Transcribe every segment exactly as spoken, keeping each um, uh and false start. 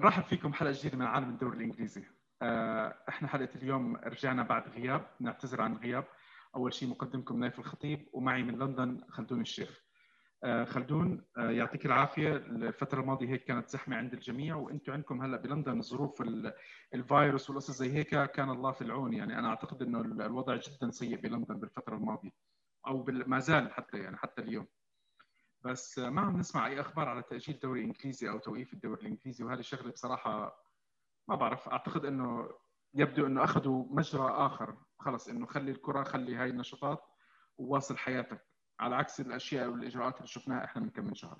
بنرحب فيكم حلقة جديدة من عالم الدوري الإنجليزي. احنا حلقة اليوم رجعنا بعد غياب، نعتذر عن غياب. أول شيء مقدمكم نايف الخطيب، ومعي من لندن خلدون الشيخ. خلدون، يعطيك العافية. الفترة الماضية هيك كانت زحمة عند الجميع، وانتم عندكم هلا بلندن ظروف الفيروس والقصص زي هيك، كان الله في العون. يعني أنا أعتقد إنه الوضع جدا سيء بلندن بالفترة الماضية، أو ما زال حتى يعني حتى اليوم. بس ما عم نسمع اي اخبار على تاجيل الدوري الانجليزي او توقيف الدوري الانجليزي، وهذه الشغله بصراحه ما بعرف. اعتقد انه يبدو انه اخذوا مجرى اخر، خلص انه خلي الكره، خلي هاي النشاطات وواصل حياتك، على عكس الاشياء والاجراءات اللي شفناها احنا من كم من شهر.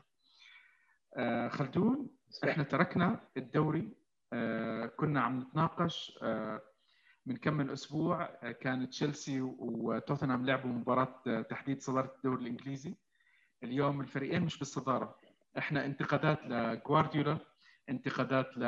آه خلدون، احنا تركنا الدوري. آه كنا عم نتناقش آه من كم من اسبوع. آه كان تشيلسي وتوتنهام لعبوا مباراه آه تحديد صداره الدوري الانجليزي. اليوم الفريقين مش بالصداره. احنا انتقادات لجوارديولا، انتقادات ل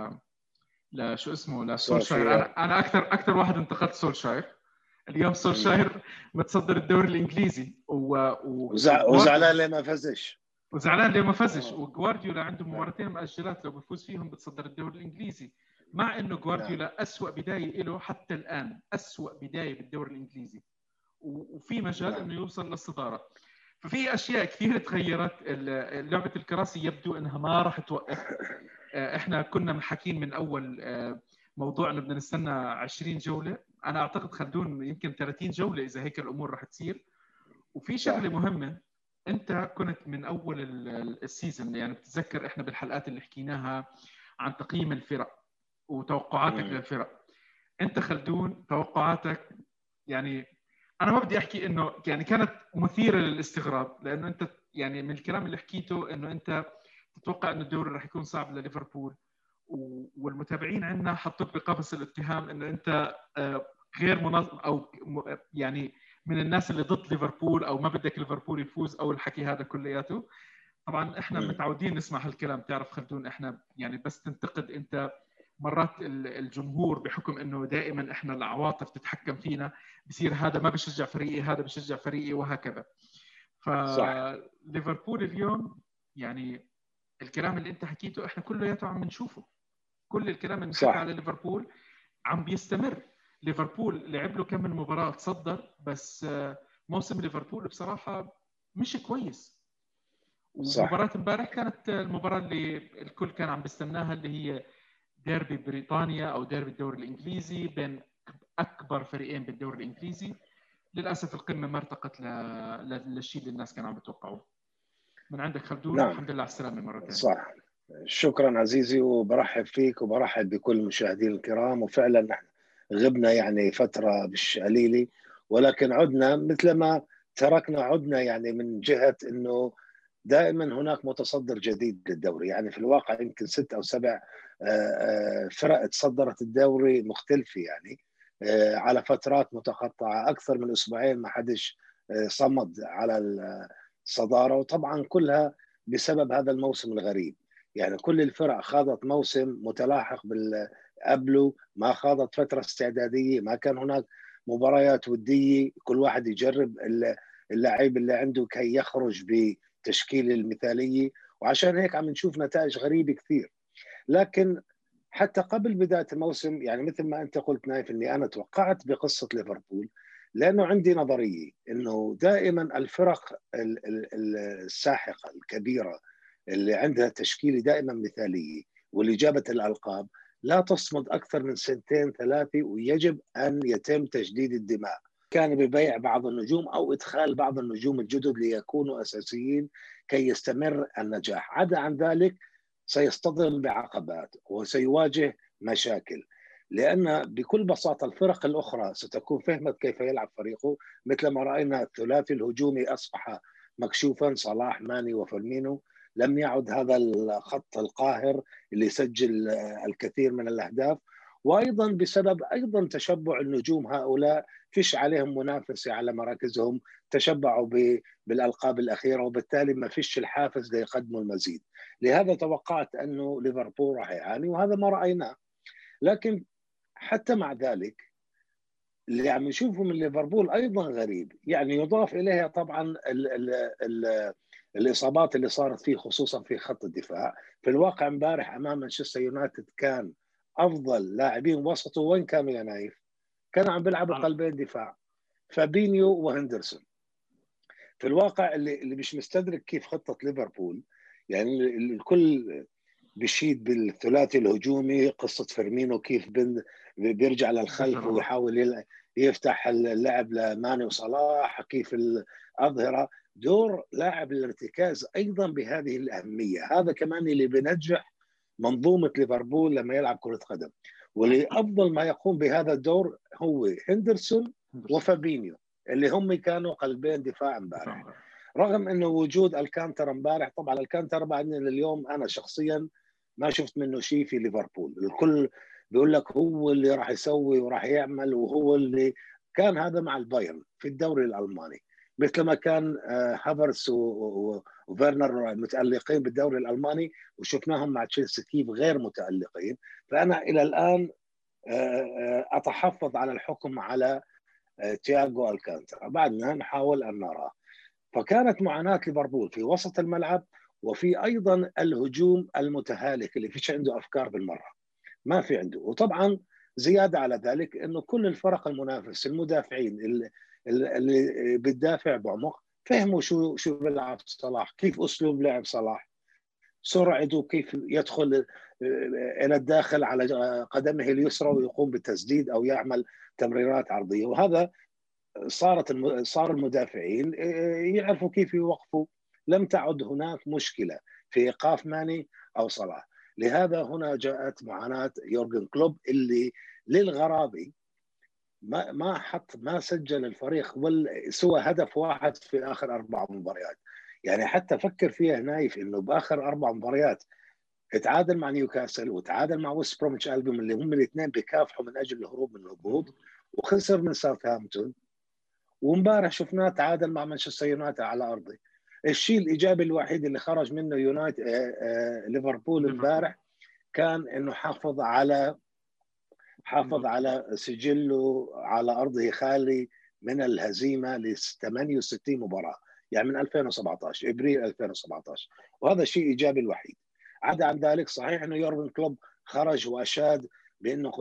لشو اسمه لسولشاير. سولشاير. انا انا اكثر اكثر واحد انتقدت سولشاير. اليوم سولشاير متصدر الدوري الانجليزي و... و... وزع... وزعلان ليه ما فزش، وزعلان ليه ما فزش. وجوارديولا عنده مباراتين مؤجلات، لو بيفوز فيهم بتصدر الدوري الانجليزي. مع انه جوارديولا نعم. اسوأ بدايه له حتى الان، اسوأ بدايه بالدوري الانجليزي، وفي مجال نعم. انه يوصل للصداره. ففي اشياء كثير تغيرت. لعبه الكراسي يبدو انها ما راح توقف. احنا كنا محكين من اول موضوع انه بدنا نستنى عشرين جوله. انا اعتقد خلدون يمكن ثلاثين جوله اذا هيك الامور راح تصير. وفي شغله مهمه، انت كنت من اول السيزون، يعني بتتذكر احنا بالحلقات اللي حكيناها عن تقييم الفرق وتوقعاتك م. للفرق. انت خلدون توقعاتك، يعني انا ما بدي احكي انه يعني كانت مثيره للاستغراب، لانه انت يعني من الكلام اللي حكيته انه انت تتوقع انه الدوري راح يكون صعب لليفربول، والمتابعين عندنا حطوك بقفص الاتهام انه انت غير منظم، او يعني من الناس اللي ضد ليفربول، او ما بدك ليفربول يفوز، او الحكي هذا كلياته. طبعا احنا متعودين نسمع هالكلام. تعرف خلدون، احنا يعني بس تنتقد انت مرات الجمهور بحكم انه دائما احنا العواطف تتحكم فينا، بصير هذا ما بشجع فريقي، هذا بشجع فريقي، وهكذا. فليفربول اليوم يعني الكلام اللي انت حكيته احنا كلياته عم نشوفه. كل الكلام اللي حكى على ليفربول عم بيستمر. ليفربول لعب له كم من مباراه تصدر، بس موسم ليفربول بصراحه مش كويس. ومباراه امبارح كانت المباراه اللي الكل كان عم بيستناها، اللي هي ديربي بريطانيا او ديربي الدوري الانجليزي بين اكبر فريقين بالدوري الانجليزي. للاسف القمه ما ارتقت للشيء اللي الناس كانوا عم يتوقعوه. من عندك خلدون. نعم. الحمد لله على السلامه مره ثانيه. صح، شكرا عزيزي، وبرحب فيك وبرحب بكل المشاهدين الكرام. وفعلا نحن غبنا يعني فتره مش قليله، ولكن عدنا مثل ما تركنا، عدنا يعني من جهه انه دائما هناك متصدر جديد للدوري. يعني في الواقع يمكن ست او سبع فرق تصدرت الدوري مختلفه، يعني على فترات متقطعه، اكثر من اسبوعين ما حدش صمد على الصداره، وطبعا كلها بسبب هذا الموسم الغريب. يعني كل الفرق خاضت موسم متلاحق بال قبله، ما خاضت فتره استعداديه، ما كان هناك مباريات وديه كل واحد يجرب اللاعب اللي عنده كي يخرج بتشكيله المثاليه، وعشان هيك عم نشوف نتائج غريبه كثير. لكن حتى قبل بدايه الموسم، يعني مثل ما انت قلت نايف، اني انا توقعت بقصه ليفربول، لانه عندي نظريه انه دائما الفرق الساحقه الكبيره اللي عندها تشكيله دائما مثاليه واللي جابت الالقاب لا تصمد اكثر من سنتين ثلاثه، ويجب ان يتم تجديد الدماء. كان ببيع بعض النجوم او ادخال بعض النجوم الجدد ليكونوا اساسيين كي يستمر النجاح. عدا عن ذلك سيصطدم بعقبات وسيواجه مشاكل، لأن بكل بساطة الفرق الأخرى ستكون فهمت كيف يلعب فريقه، مثل ما رأينا الثلاثي الهجومي أصبح مكشوفا، صلاح ماني وفيرمينو. لم يعد هذا الخط القاهر اللي يسجل الكثير من الأهداف، وأيضا بسبب أيضا تشبع النجوم هؤلاء، فيش عليهم منافسة على مراكزهم، تشبعوا بالألقاب الأخيرة، وبالتالي ما فيش الحافز ليقدموا المزيد. لهذا توقعت أنه ليفربول راح يعاني، وهذا ما رأيناه. لكن حتى مع ذلك اللي عم نشوفه من ليفربول أيضا غريب. يعني يضاف إليها طبعا ال ال ال الاصابات اللي صارت فيه خصوصا في خط الدفاع. في الواقع امبارح امام مانشستر يونايتد كان افضل لاعبين وسطه وين كانوا يا نايف؟ كانوا عم بيلعبوا قلبين دفاع، فابينيو وهندرسون. في الواقع اللي اللي مش مستدرك كيف خطه ليفربول، يعني الكل بيشيد بالثلاثي الهجومي، قصه فيرمينو كيف بيرجع للخلف ويحاول يفتح اللعب لماني وصلاح، كيف الاظهره. دور لاعب الارتكاز ايضا بهذه الاهميه، هذا كمان اللي بينجح منظومه ليفربول لما يلعب كره قدم. ولافضل ما يقوم بهذا الدور هو هندرسون وفابينيو اللي هم كانوا قلبين دفاع امبارح. رغم انه وجود الكانتر امبارح، طبعا الكانتر بعدين اليوم انا شخصيا ما شفت منه شيء في ليفربول، الكل بيقول لك هو اللي راح يسوي وراح يعمل، وهو اللي كان هذا مع البايرن في الدوري الالماني، مثل ما كان هافرتس وفيرنر متألقين بالدوري الالماني وشفناهم مع تشيلسي كيف غير متألقين. فانا الى الان اتحفظ على الحكم على تياغو الكانترا، بعدنا نحاول ان نراه. فكانت معاناة ليفربول في وسط الملعب، وفي أيضا الهجوم المتهالك اللي فيش عنده أفكار بالمرة، ما في عنده. وطبعا زيادة على ذلك أنه كل الفرق المنافس المدافعين اللي, اللي بتدافع بعمق فهموا شو شو بيلعب صلاح، كيف أسلوب لعب صلاح، سرعته كيف يدخل إلى الداخل على قدمه اليسرى ويقوم بالتسديد أو يعمل تمريرات عرضية. وهذا صارت الم... صار المدافعين يعرفوا كيف يوقفوا. لم تعد هناك مشكلة في إيقاف ماني أو صلاح. لهذا هنا جاءت معاناة يورجن كلوب اللي للغرابي ما ما حط ما سجل الفريق سوى هدف واحد في آخر أربع مباريات. يعني حتى فكر فيها نايف إنه بآخر أربع مباريات اتعادل مع نيوكاسل وتعادل مع ويست بروميتش ألبيوم اللي هم الاثنين بيكافحوا من أجل الهروب من الهبوط، وخسر من ساوثهامبتون، وامبارح شفناه تعادل مع مانشستر يونايتد على ارضه. الشيء الايجابي الوحيد اللي خرج منه يونايتد ليفربول امبارح كان انه حافظ على حافظ على سجله على ارضه خالي من الهزيمه ل ثمانية وستين مباراه، يعني من ألفين وسبعة عشر ابريل ألفين وسبعة عشر، وهذا الشيء ايجابي الوحيد. عدا عن ذلك صحيح انه يورجن كلوب خرج واشاد بانه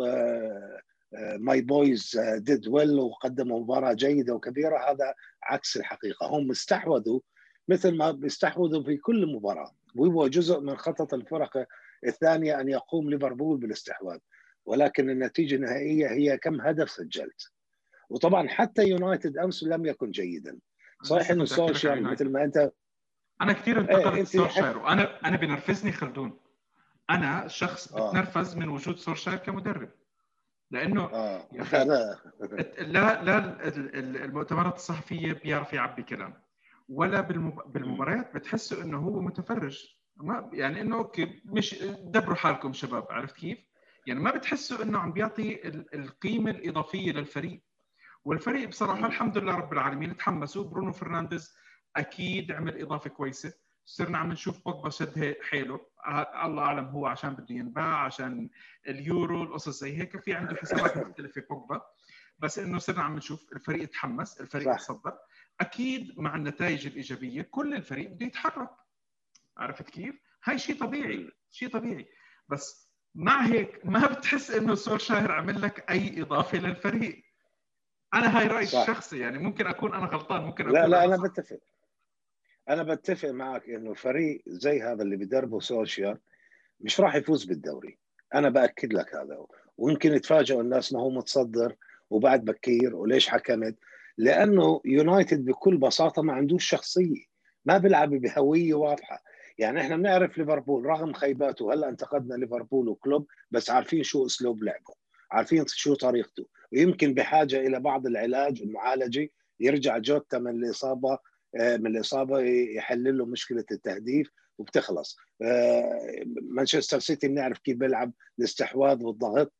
ماي بويز ديد ويل وقدموا مباراه جيده وكبيره، هذا عكس الحقيقه. هم استحوذوا مثل ما بيستحوذوا في كل مباراه، وهو جزء من خطط الفرق الثانيه ان يقوم ليفربول بالاستحواذ، ولكن النتيجه النهائيه هي كم هدف سجلت. وطبعا حتى يونايتد امس لم يكن جيدا. صحيح انه سولشير مثل ما انت انا كثير انتقدت ايه سولشير، وانا انا بنرفزني خلدون. انا شخص بتنرفز آه. من وجود سولشير كمدرب، لانه آه. يا اخي لا لا المؤتمرات الصحفيه بيعرف يعبي كلام، ولا بالمباريات بتحسوا انه هو متفرج، ما يعني انه اوكي مش دبروا حالكم شباب، عرفت كيف؟ يعني ما بتحسوا انه عم بيعطي القيمه الاضافيه للفريق. والفريق بصراحه الحمد لله رب العالمين تحمسوا. برونو فرنانديز اكيد عمل اضافه كويسه، صرنا عم نشوف بوجبا شد حيله، الله اعلم هو عشان بده ينباع عشان اليورو القصص زي هيك، في عنده حسابات مختلفه بوجبا، بس انه صرنا عم نشوف الفريق تحمس، الفريق تصدر. اكيد مع النتائج الايجابيه كل الفريق بده يتحرك، عرفت كيف؟ هاي شيء طبيعي، شيء طبيعي. بس مع هيك ما بتحس انه سولشاير عمل لك اي اضافه للفريق. انا هاي رايي الشخصي، يعني ممكن اكون انا غلطان، ممكن اكون لا لا انا انا بتفق انا بتفق معك انه فريق زي هذا اللي بدربه سولشير مش راح يفوز بالدوري. انا باكد لك هذا، ويمكن يتفاجئوا الناس ما هو متصدر وبعد بكير وليش حكمت، لانه يونايتد بكل بساطه ما عندوش شخصيه، ما بيلعب بهويه واضحه. يعني احنا بنعرف ليفربول رغم خيباته، هلا انتقدنا ليفربول وكلوب بس عارفين شو اسلوب لعبه، عارفين شو طريقته، ويمكن بحاجه الى بعض العلاج المعالجه، يرجع جوتا من الاصابه من الاصابه يحل له مشكله التهديف وبتخلص. مانشستر سيتي بنعرف كيف بيلعب الاستحواذ والضغط،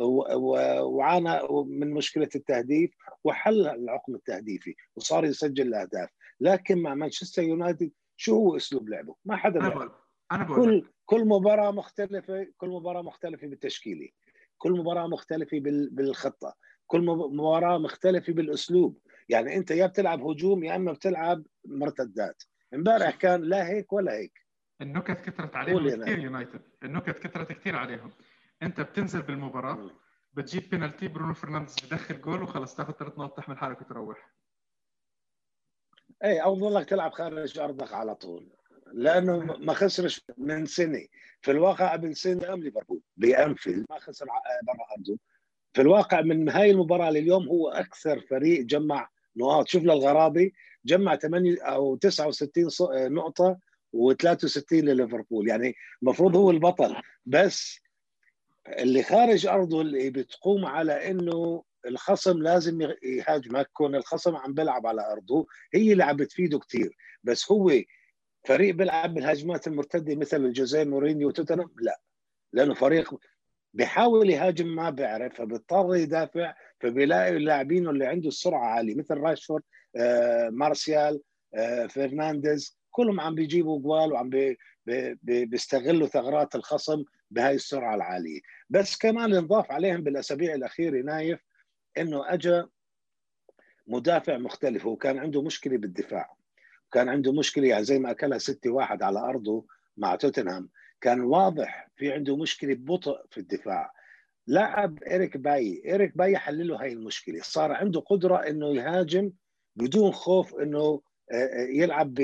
وعانى من مشكله التهديف وحل العقم التهديفي وصار يسجل الاهداف. لكن مع مانشستر يونايتد شو هو اسلوب لعبه؟ ما حدا بيعرف. انا بقول كل كل مباراه مختلفه، كل مباراه مختلفه بالتشكيله، كل مباراه مختلفه بالخطه، كل مباراه مختلفه بالاسلوب. يعني انت يا بتلعب هجوم يا اما بتلعب مرتدات، امبارح كان لا هيك ولا هيك. النكت كثرت عليهم كثير يونايتد، النكت كثرت كثير عليهم. انت بتنزل بالمباراه م. بتجيب بينالتي، برونو فرنانديز بدخل جول وخلص تاخذ ثلاث نقط تحمل حالك وتروح. اي او تضلك تلعب خارج ارضك على طول، لانه ما خسرش من سنه. في الواقع قبل سنه ام ليفربول بانفيلد ما خسر برا ارضه. في الواقع من هاي المباراه لليوم هو اكثر فريق جمع نقاط. شوف للغرابي جمع ثمانية او تسعة وستين نقطه وثلاثة وستين لليفربول، يعني المفروض هو البطل. بس اللي خارج ارضه اللي بتقوم على انه الخصم لازم يهاجمك، كون الخصم عم بيلعب على ارضه هي اللي عم بتفيده كثير. بس هو فريق بيلعب بالهجمات المرتده مثل جوزيه مورينيو وتوتنهام لا، لانه فريق بيحاول يهاجم ما بيعرف فبيضطر يدافع، فبيلاقي اللاعبين اللي عنده السرعه عاليه مثل راشفورد، آه، مارسيال، آه، فرنانديز، كلهم عم بيجيبوا جوال وعم بي بي بيستغلوا ثغرات الخصم بهاي السرعه العاليه. بس كمان انضاف عليهم بالاسابيع الاخيره نايف انه اجى مدافع مختلف، وكان عنده مشكله بالدفاع، كان عنده مشكله يعني زي ما اكلها ستة واحد على ارضه مع توتنهام، كان واضح في عنده مشكله ببطء في الدفاع. لعب إيريك باي، إيريك باي حل له هاي المشكلة، صار عنده قدرة إنه يهاجم بدون خوف إنه يلعب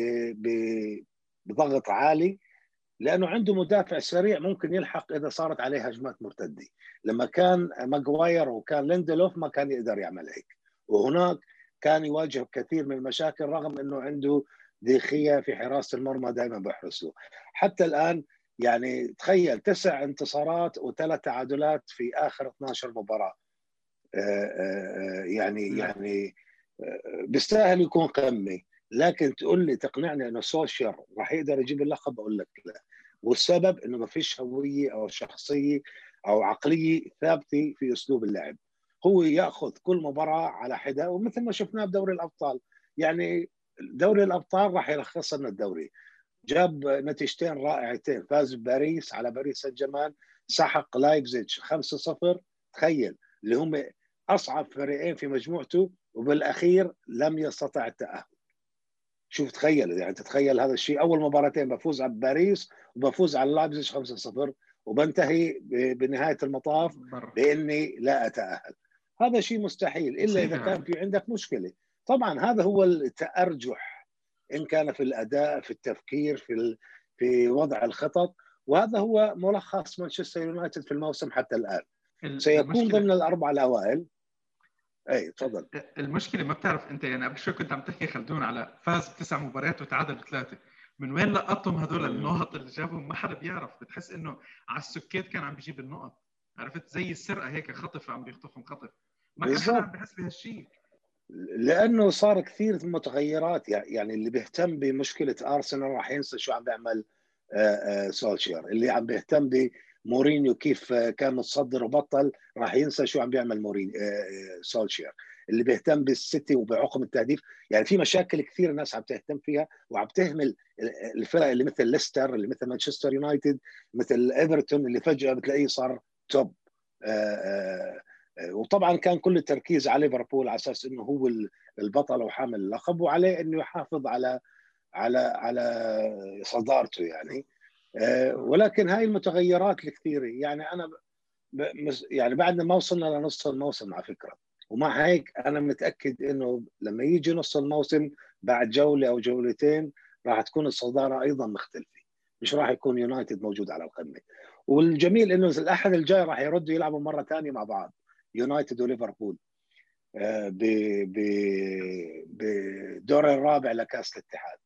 بضغط عالي، لأنه عنده مدافع سريع ممكن يلحق إذا صارت عليه هجمات مرتدة. لما كان ماغواير وكان ليندلوف ما كان يقدر يعمل هيك، وهناك كان يواجه كثير من المشاكل رغم إنه عنده ديخية في حراسة المرمى دائما بيحرس له. حتى الآن يعني تخيل تسع انتصارات وثلاث تعادلات في اخر اثنعش مباراه. يعني يعني بيستاهل يكون قمه، لكن تقول لي تقنعني انه سولشير راح يقدر يجيب اللقب؟ اقول لك لا. والسبب انه ما فيش هويه او شخصيه او عقليه ثابته في اسلوب اللعب. هو ياخذ كل مباراه على حده، ومثل ما شفناه بدوري الابطال، يعني دوري الابطال راح يلخص لنا الدوري. جاب نتيجتين رائعتين، فاز باريس على باريس سان جيرمان، سحق لايبزيج خمسة صفر، تخيل، اللي هم اصعب فريقين في مجموعته، وبالاخير لم يستطع التاهل. شوف تخيل، يعني تتخيل هذا الشيء، اول مباراتين بفوز على باريس وبفوز على لايبزيج خمسة صفر وبنتهي بنهايه المطاف باني لا اتاهل. هذا شيء مستحيل الا اذا كان في عندك مشكله. طبعا هذا هو التارجح إن كان في الأداء، في التفكير، في في وضع الخطط، وهذا هو ملخص مانشستر يونايتد في الموسم حتى الآن. سيكون ضمن الأربعة الأوائل. أي تفضل. المشكلة ما بتعرف أنت، يعني قبل شوي كنت عم تحكي خلدون على فاز بتسع مباريات وتعادل بثلاثة، من وين لقطهم هذول النقط اللي جابهم؟ ما حدا بيعرف، بتحس إنه على السكيت كان عم بيجيب النقط، عرفت زي السرقة هيك، خطف عم بيخطفهم خطف، ما كان حدا عم بيحس بهالشيء. لانه صار كثير متغيرات، يعني اللي بيهتم بمشكله ارسنال راح ينسى شو عم بيعمل سولشير، اللي عم بيهتم بمورينيو كيف كان متصدر وبطل راح ينسى شو عم بيعمل مورينيو سولشير، اللي بيهتم بالسيتي وبعقم التهديف. يعني في مشاكل كثير الناس عم تهتم فيها وعم تهمل الفرق اللي مثل ليستر، اللي مثل مانشستر يونايتد، مثل ايفرتون اللي فجاه بتلاقيه صار توب. وطبعا كان كل التركيز على ليفربول على اساس انه هو البطل وحامل اللقب، وعليه انه يحافظ على على على صدارته يعني. ولكن هاي المتغيرات الكثيره، يعني انا يعني بعدنا ما وصلنا لنص الموسم على فكره، ومع هيك انا متاكد انه لما يجي نص الموسم بعد جوله او جولتين راح تكون الصداره ايضا مختلفه، مش راح يكون يونايتد موجود على القمه. والجميل انه الاحد الجاي راح يردوا يلعبوا مره ثانيه مع بعض، يونايتد وليفربول، بدور الرابع لكاس الاتحاد.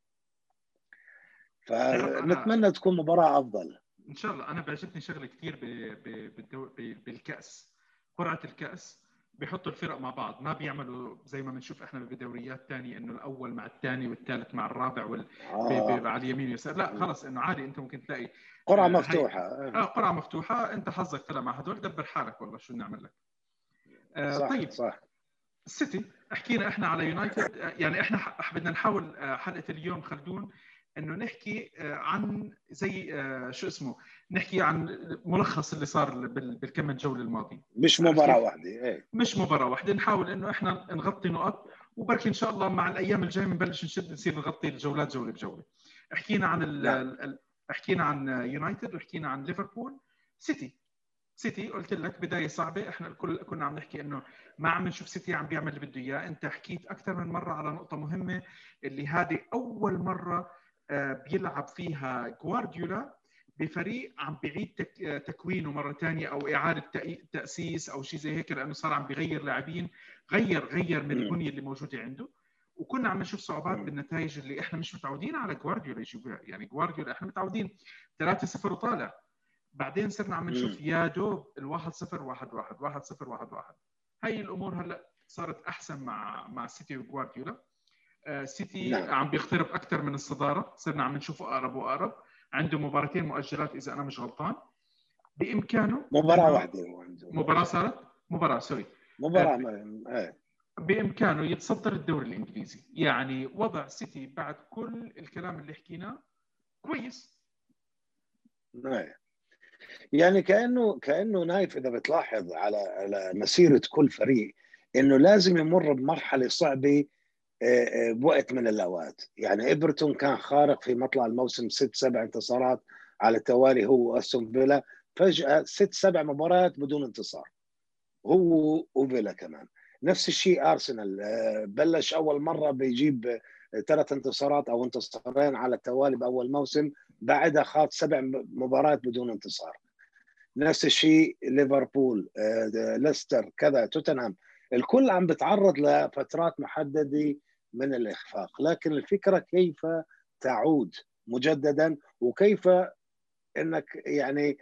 فنتمنى تكون مباراة أفضل إن شاء الله. أنا بيعجبني شغلة كثير بالكأس، قرعة الكأس بيحطوا الفرق مع بعض، ما بيعملوا زي ما بنشوف احنا بدوريات ثانيه انه الاول مع الثاني والثالث مع الرابع وال آه. على اليمين واليسار، لا خلص انه عادي انت ممكن تلاقي قرعه آه مفتوحه. اه قرعه مفتوحه، انت حظك طلع مع هدول دبر حالك والله شو نعمل لك. آه صح طيب صح. السيتي حكينا احنا على يونايتد، يعني احنا بدنا نحاول حلقه اليوم خلدون انه نحكي عن زي شو اسمه، نحكي عن ملخص اللي صار بالكم من جوله الماضيه، مش مباراه واحده. ايه مش مباراه واحده، نحاول انه احنا نغطي نقط وبركي ان شاء الله مع الايام الجايه بنبلش نشد نصير نغطي الجولات جوله بجوله. حكينا عن ال حكينا عن يونايتد وحكينا عن ليفربول. سيتي سيتي قلت لك بدايه صعبه، احنا الكل كنا عم نحكي انه ما عم نشوف سيتي عم بيعمل اللي بده اياه. انت حكيت اكثر من مره على نقطه مهمه، اللي هذه اول مره بيلعب فيها جوارديولا بفريق عم بيعيد تكوينه مره ثانيه او اعاده تاسيس او شيء زي هيك، لانه صار عم بيغير لاعبين، غير غير من البنيه اللي موجوده عنده. وكنا عم نشوف صعوبات بالنتائج اللي احنا مش متعودين على جوارديولا يجيبها. يعني جوارديولا احنا متعودين ثلاثة صفر وطالع، بعدين صرنا عم نشوف يا دوب الواحد صفر واحد واحد واحد صفر واحد واحد. هاي الامور هلا صارت احسن مع مع سيتي وجوارديولا. آه سيتي نعم. عم بيقترب اكثر من الصداره، صرنا عم نشوفه اقرب واقرب. عنده مباراتين مؤجلات اذا انا مش غلطان، بامكانه مباراه واحده. مباراه صارت مباراه سوري مباراه آه بامكانه يتصدر الدوري الانجليزي. يعني وضع سيتي بعد كل الكلام اللي حكيناه كويس. نعم. يعني كانه كانه نايف اذا بتلاحظ على على مسيره كل فريق انه لازم يمر بمرحله صعبه بوقت من الاوقات. يعني ايفرتون كان خارق في مطلع الموسم، ست سبع انتصارات على التوالي هو واستون فيلا، فجاه ست سبع مباريات بدون انتصار هو وفيلا كمان. نفس الشيء ارسنال، بلش اول مره بيجيب ثلاث انتصارات او انتصارين على التوالي باول موسم، بعدها خاض سبع مباريات بدون انتصار. نفس الشيء ليفربول، ليستر، كذا، توتنهام، الكل عم بتعرض لفترات محدده من الاخفاق. لكن الفكره كيف تعود مجددا، وكيف انك يعني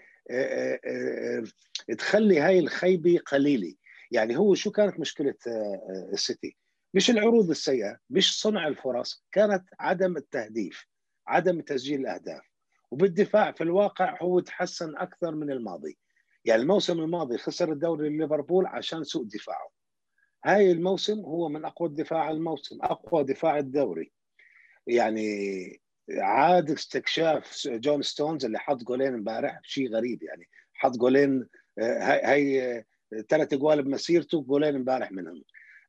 تخلي هاي الخيبه قليله. يعني هو شو كانت مشكله السيتي؟ مش العروض السيئه، مش صنع الفرص، كانت عدم التهديف، عدم تسجيل الاهداف. وبالدفاع في الواقع هو تحسن اكثر من الماضي. يعني الموسم الماضي خسر الدوري ليفربول عشان سوء دفاعه. هاي الموسم هو من اقوى دفاع الموسم، اقوى دفاع الدوري. يعني عاد استكشاف جون ستونز اللي حط جولين امبارح، شيء غريب. يعني حط جولين، هاي, هاي ثلاث جوال بمسيرته، جولين امبارح منهم.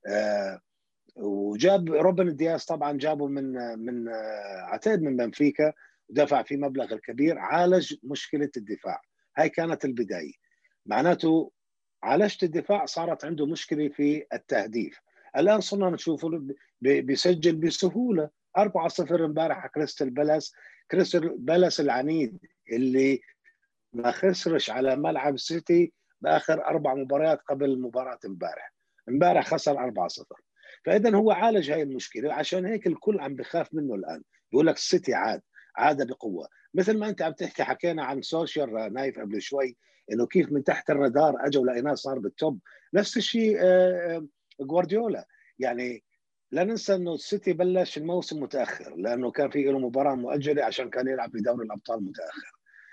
وجاب روبن دياز، طبعا جابه من من اعتقد من بنفيكا، ودفع فيه مبلغ الكبير، عالج مشكله الدفاع. هاي كانت البدايه. معناته عالجت الدفاع، صارت عنده مشكله في التهديف. الان صرنا نشوفه بيسجل بسهوله. أربعة صفر امبارح على كريستال بالاس، كريستال بالاس العنيد اللي ما خسرش على ملعب سيتي باخر اربع مباريات قبل مباراه امبارح. امبارح خسر أربعة صفر. فاذا هو عالج هاي المشكله، عشان هيك الكل عم بخاف منه الان. بيقول لك السيتي عاد عاد بقوه. مثل ما انت عم تحكي، حكينا عن سولشير نايف قبل شوي، انه كيف من تحت الرادار اجوا لقيناه صار بالتوب. نفس الشيء جوارديولا. يعني لا ننسى انه السيتي بلش الموسم متاخر، لانه كان في له مباراه مؤجله عشان كان يلعب في دوري الابطال متاخر.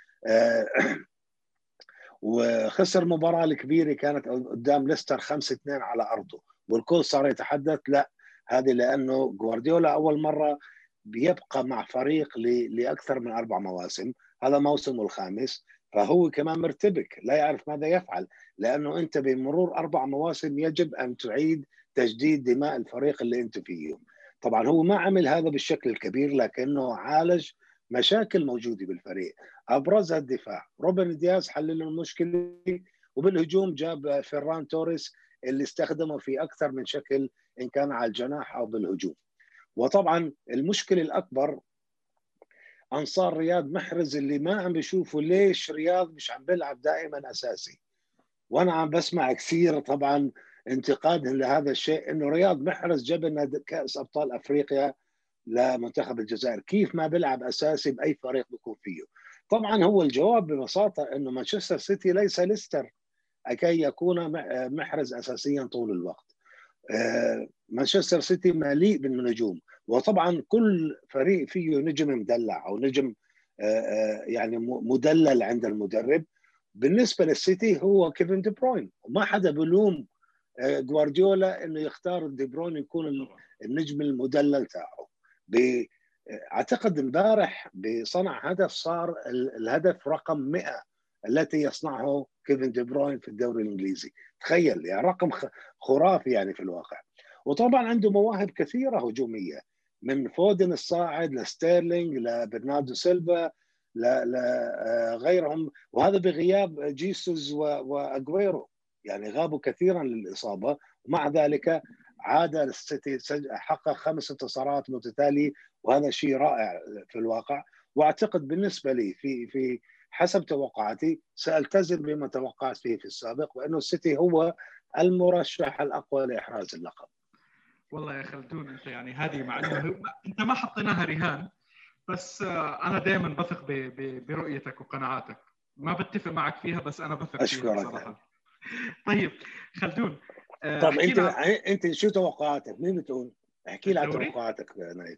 وخسر مباراه الكبيره كانت قدام ليستر خمسة اثنين على ارضه، والكل صار يتحدث لا هذه لانه جوارديولا اول مره بيبقى مع فريق لاكثر من اربع مواسم، هذا موسمه الخامس، فهو كمان مرتبك لا يعرف ماذا يفعل. لانه انت بمرور اربع مواسم يجب ان تعيد تجديد دماء الفريق اللي انت فيه. طبعا هو ما عمل هذا بالشكل الكبير، لكنه عالج مشاكل موجوده بالفريق، ابرزها الدفاع. روبن دياز حل له المشكله، وبالهجوم جاب فيران توريس اللي استخدمه في اكثر من شكل، ان كان على الجناح او بالهجوم. وطبعا المشكله الاكبر انصار رياض محرز، اللي ما عم بيشوفوا ليش رياض مش عم بيلعب دائما اساسي. وانا عم بسمع كثير طبعا انتقاد لهذا الشيء، انه رياض محرز جاب لنا كاس ابطال افريقيا لمنتخب الجزائر، كيف ما بيلعب اساسي باي فريق بيكون فيه؟ طبعا هو الجواب ببساطه انه مانشستر سيتي ليس ليستر كي يكون محرز اساسيا طول الوقت. مانشستر سيتي مليء بالنجوم، وطبعا كل فريق فيه نجم مدلع او نجم يعني مدلل عند المدرب. بالنسبه للسيتي هو كيفن دي بروين، وما حدا بلوم جوارديولا انه يختار دي بروين يكون النجم المدلل تاعه. اعتقد امبارح بصنع هدف، صار الهدف رقم مئة التي يصنعه كيفن دي بروين في الدوري الانجليزي. تخيل يعني رقم خرافي يعني في الواقع. وطبعا عنده مواهب كثيره هجوميه، من فودن الصاعد لستيرلينج لبرناردو سيلفا لغيرهم، وهذا بغياب جيسوس واجويرو، يعني غابوا كثيرا للاصابه، ومع ذلك عاد السيتي حقق خمس انتصارات متتاليه، وهذا شيء رائع في الواقع. واعتقد بالنسبه لي في في حسب توقعاتي سالتزم بما توقعت فيه في السابق، وانه السيتي هو المرشح الاقوى لاحراز اللقب. والله يا خلدون انت يعني هذه مع انه انت ما حطيناها رهان، بس انا دائما بثق ب... ب... برؤيتك وقناعاتك، ما بتفق معك فيها بس انا بثق فيها بصراحه. طيب خلدون، طب انت انت شو توقعاتك؟ مين بتقول؟ احكي لي عن توقعاتك نايف.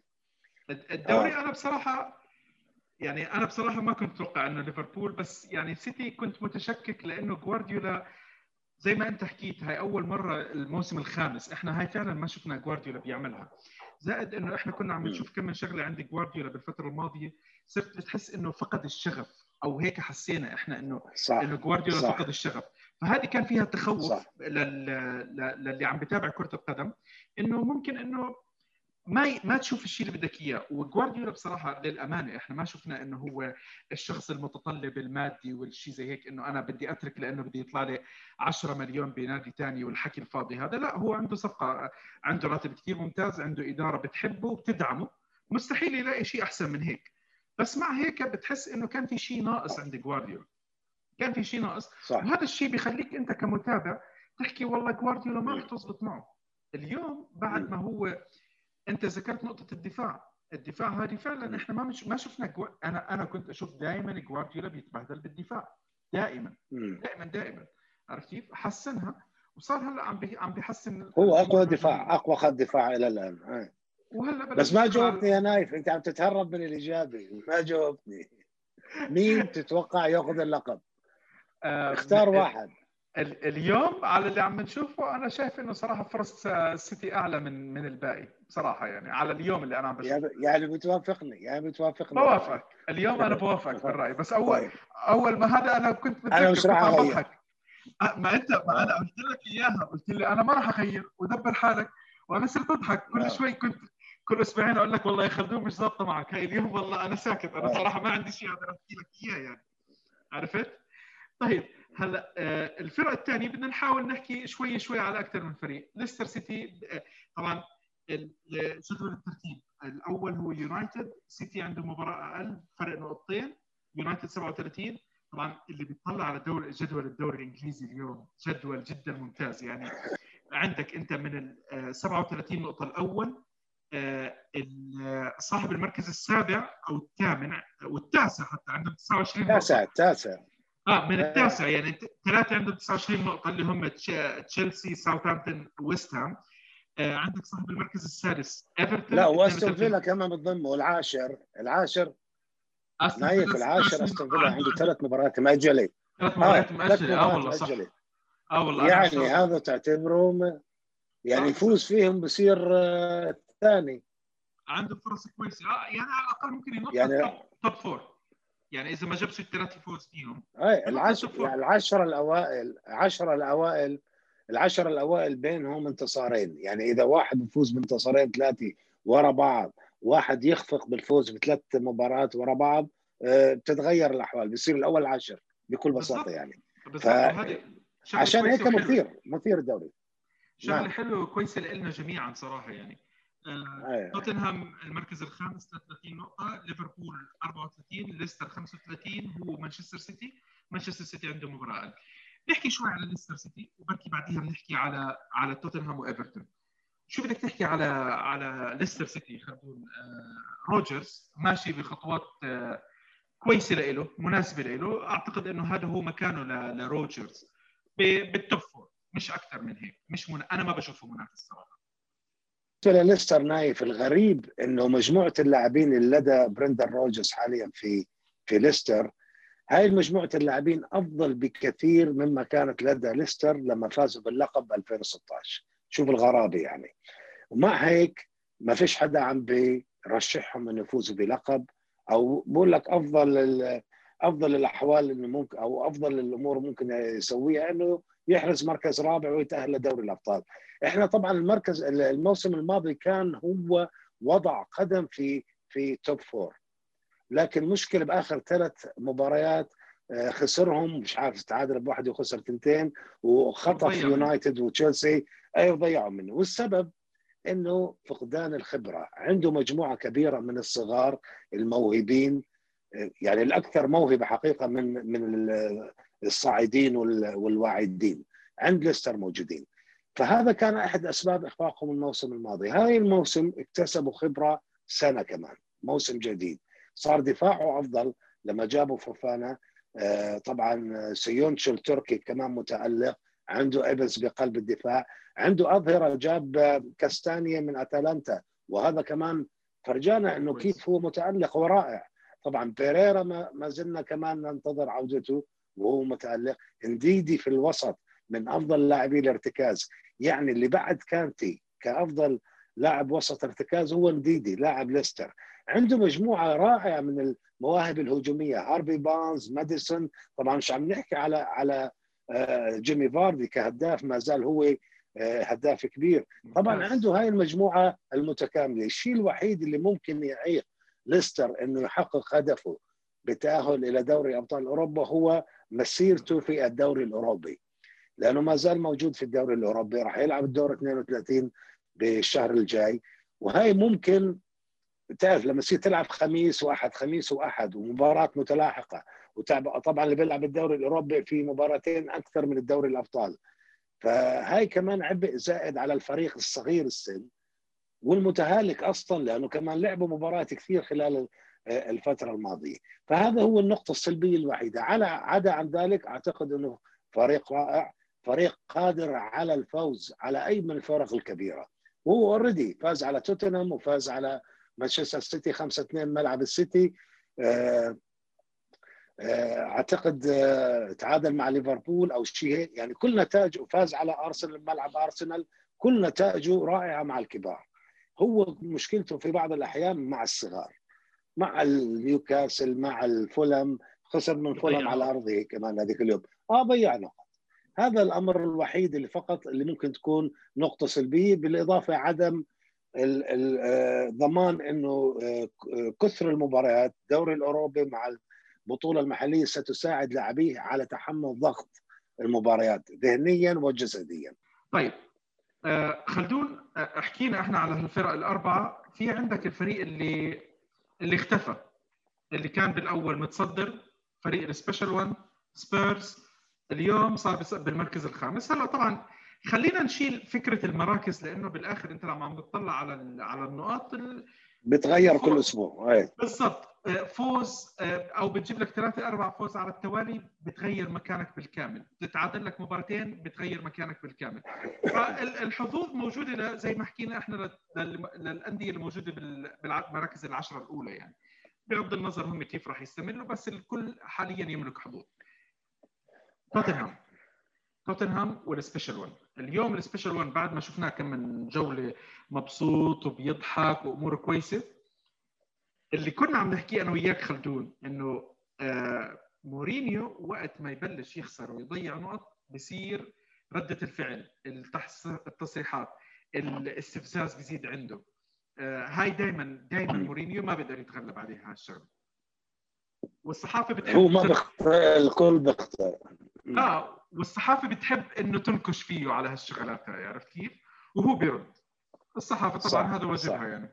الدوري آه. انا بصراحه يعني انا بصراحه ما كنت اتوقع انه ليفربول، بس يعني سيتي كنت متشكك، لانه جوارديولا زي ما انت حكيت هاي اول مره الموسم الخامس، احنا هاي فعلا ما شفنا جوارديولا بيعملها، زائد انه احنا كنا عم نشوف كم من شغله عند جوارديولا بالفتره الماضيه، صرت بتحس انه فقد الشغف، او هيك حسينا احنا انه صح. انه جوارديولا صح. فقد الشغف. فهذه كان فيها تخوف لل... للي عم بتابع كره القدم، انه ممكن انه ما ما تشوف الشيء اللي بدك اياه. وجوارديولا بصراحه للامانه احنا ما شفنا انه هو الشخص المتطلب المادي والشيء زي هيك، انه انا بدي اترك لانه بدي يطلع لي عشرة مليون بنادي ثاني والحكي الفاضي هذا. لا، هو عنده صفقه، عنده راتب كثير ممتاز، عنده اداره بتحبه وبتدعمه، مستحيل يلاقي شيء احسن من هيك. بس مع هيك بتحس انه كان في شيء ناقص عند جوارديولا، كان في شيء ناقص. صح. وهذا الشيء بيخليك انت كمتابع تحكي والله جوارديولا ما رح تزبط معه. اليوم بعد ما هو انت ذكرت نقطه الدفاع، الدفاع هذه فعلا احنا ما مش ما شفنا جو... انا انا كنت اشوف دائما جوارديولا بيتبهدل بالدفاع، دائما دائما دائما، عرفت كيف؟ حسنها وصار هلا عم بي... عم بيحسن. هو اقوى دفاع، اقوى خط دفاع الى الان. آه. وهلا بس ما جاوبتني يا نايف، انت عم تتهرب من الاجابه، ما جاوبتني. مين تتوقع ياخذ اللقب؟ آه اختار واحد. اليوم على اللي عم نشوفه انا شايف انه صراحه فرص السيتي اعلى من من الباقي بصراحه، يعني على اليوم اللي انا عم بشوفه. يعني بتوافقني يعني بتوافقني بوافقك اليوم، انا بوافقك بالراي، بس اول طيب. اول ما هذا انا كنت انا مش راح اغير. ما انت ما انا قلت لك اياها، قلت لي انا ما راح اغير ودبر حالك، وانا صرت اضحك كل شوي، كنت كل اسبوعين اقول لك والله يا خلدون مش ظابطه معك. هاي اليوم والله انا ساكت، انا صراحه ما عندي شيء اقدر احكي لك اياه يعني، عرفت؟ طيب هلا الفرق الثانيه بدنا نحاول نحكي شوي شوي على اكثر من فريق. ليستر سيتي طبعا جدول الترتيب الاول هو يونايتد، سيتي عنده مباراه اقل فرق نقطتين، يونايتد سبعة وثلاثين. طبعا اللي بيطلع على دور جدول الدوري الانجليزي اليوم جدول جدا ممتاز، يعني عندك انت من ال سبعة وثلاثين نقطه الاول، صاحب المركز السابع او الثامن والتاسع حتى عنده تسعة وعشرين نقطه. تاسع تاسع اه من التاسع، يعني ثلاثه عندهم تسعة وعشرين نقطه اللي هم تشيلسي، ساوثهامبتون، ويست هام. آه عندك صاحب المركز السادس ايفرتون. لا واستون فيلا كمان بتضمه، العاشر العاشر نايف العاشر استون فيلا عنده ثلاث مباريات مأجلة. ثلاث مباريات مأجلة. اه والله صح. اه والله يعني هذا تعتبره يعني يفوز فيهم بصير ثاني. آه عنده فرص كويسة، اه يعني على الأقل ممكن ينط يعني توب فور، يعني إذا ما جابش الثلاث يفوز فيهم. اي العشر يعني العشرة الأوائل، العشرة الأوائل العشرة الأوائل بينهم انتصارين، يعني إذا واحد بيفوز بانتصارين ثلاثة ورا بعض، واحد يخفق بالفوز بثلاث مباريات ورا بعض، بتتغير الأحوال، بيصير الأول عشر بكل بساطة بالزبط. يعني ف... عشان هيك مثير مثير الدوري. شغله نعم. حلوه وكويسه لنا جميعا صراحه يعني. آه توتنهام المركز الخامس ثلاث وثلاثين نقطه، ليفربول أربعة وثلاثين، ليستر خمسة وثلاثين، هو مانشستر سيتي. مانشستر سيتي عنده مباراه. نحكي شوي على ليستر سيتي وبركي بعديها بنحكي على على توتنهام وايفرتون. شو بدك تحكي على على ليستر سيتي خلدون؟ آه روجرز ماشي بخطوات آه كويسه له، مناسبه له، اعتقد انه هذا هو مكانه لروجرز بالتوب فور، مش اكثر من هيك. مش من... انا ما بشوفه منافس صراحه. ليستر نايف الغريب انه مجموعه اللاعبين اللي لدى برندن روجرز حاليا في في ليستر، هاي مجموعه اللاعبين افضل بكثير مما كانت لدى ليستر لما فازوا باللقب ألفين وستة عشر. شوف الغرابه يعني. ومع هيك ما فيش حدا عم بيرشحهم انه يفوزوا بلقب، او بقول لك افضل افضل الاحوال اللي ممكن او افضل الامور ممكن يسويها انه يحرز مركز رابع ويتأهل لدوري الأبطال. احنا طبعا المركز الموسم الماضي كان هو وضع قدم في في توب فور، لكن مشكلة بآخر ثلاث مباريات خسرهم، مش عارف تعادل بواحد وخسر تنتين، وخطف يونايتد وتشيلسي، ايوه ضيعوا منه. والسبب انه فقدان الخبرة. عنده مجموعة كبيرة من الصغار الموهوبين، يعني الأكثر موهبة حقيقة من من الصاعدين والواعدين عند ليستر موجودين. فهذا كان أحد أسباب إخفاقهم الموسم الماضي. هاي الموسم اكتسبوا خبرة سنة كمان، موسم جديد، صار دفاعه أفضل لما جابوا فوفانا. طبعا سيونتشو التركي كمان متألق، عنده إيبنز بقلب الدفاع، عنده أظهرة جاب كاستانيا من أتلانتا، وهذا كمان فرجانا انه كيف هو متألق ورائع. طبعا بيريرا ما زلنا كمان ننتظر عودته وهو متألق. انديدي في الوسط من افضل لاعبي الارتكاز، يعني اللي بعد كانتي كافضل لاعب وسط ارتكاز هو انديدي لاعب ليستر. عنده مجموعه رائعه من المواهب الهجوميه، هارفي بارنز، ماديسون. طبعا مش عم نحكي على على جيمي فاردي كهداف، ما زال هو هداف كبير. طبعا عنده هاي المجموعه المتكامله. الشيء الوحيد اللي ممكن يعيق ليستر انه يحقق هدفه بالتاهل الى دوري ابطال اوروبا هو مسيرته في الدوري الاوروبي، لانه ما زال موجود في الدوري الاوروبي، راح يلعب الدور اثنين وثلاثين بالشهر الجاي. وهي ممكن تعرف لما تصير تلعب خميس واحد خميس واحد ومباراه متلاحقه، وطبعا اللي بيلعب الدوري الاوروبي في مباراتين اكثر من الدوري الابطال، فهاي كمان عبء زائد على الفريق الصغير السن والمتهالك اصلا، لانه كمان لعبوا مباريات كثير خلال الفتره الماضيه. فهذا هو النقطه السلبيه الوحيده. على عدا عن ذلك اعتقد انه فريق رائع، فريق قادر على الفوز على اي من الفرق الكبيره، وهو اوريدي فاز على توتنهام وفاز على مانشستر سيتي خمسة اثنين ملعب السيتي. اعتقد تعادل مع ليفربول او شيء، يعني كل نتائجه، فاز على ارسنال ملعب ارسنال، كل نتائجه رائعه مع الكبار. هو مشكلته في بعض الاحيان مع الصغار، مع النيوكاسل، مع الفولم، خسر من فولم على ارضه كمان هذيك اليوم، اه ضيع نقط. هذا الامر الوحيد اللي فقط اللي ممكن تكون نقطه سلبيه، بالاضافه عدم ضمان انه كثر المباريات الدوري الاوروبي مع البطوله المحليه ستساعد لاعبيه على تحمل ضغط المباريات ذهنيا وجسديا. طيب آه خلدون، آه حكينا احنا على الفرق الاربعه. في عندك الفريق اللي اللي اختفى، اللي كان بالاول متصدر، فريق السبيشال وان سبيرز، اليوم صار بالمركز الخامس. هلا طبعا خلينا نشيل فكره المراكز، لانه بالاخر انت لما عم تطلع على على النقاط بتغير كل اسبوع. بالضبط، فوز او بتجيب لك ثلاثة أربع فوز على التوالي بتغير مكانك بالكامل، بتتعادل لك مباراتين بتغير مكانك بالكامل. فالحظوظ موجوده زي ما حكينا احنا للانديه الموجوده بالمراكز العشره الاولى، يعني بغض النظر هم كيف راح يستمروا، بس الكل حاليا يملك حظوظ. توتنهام توتنهام والسبيشال وان. اليوم السبيشال وان بعد ما شفناه كم من جوله مبسوط وبيضحك واموره كويسه، اللي كنا عم نحكي انا وياك خلدون انه آه مورينيو وقت ما يبلش يخسر ويضيع نقط بصير رده الفعل، التصريحات، الاستفزاز بيزيد عنده. آه هاي دائما دائما مورينيو ما بيقدر يتغلب عليها هالشغله، والصحافه بتحب هو ما بيخطئ، الكل بيخطئ. اه والصحافه بتحب انه تنكش فيه على هالشغلات هاي، عرفت كيف؟ وهو بيرد. الصحافه طبعا هذا وجهها. يعني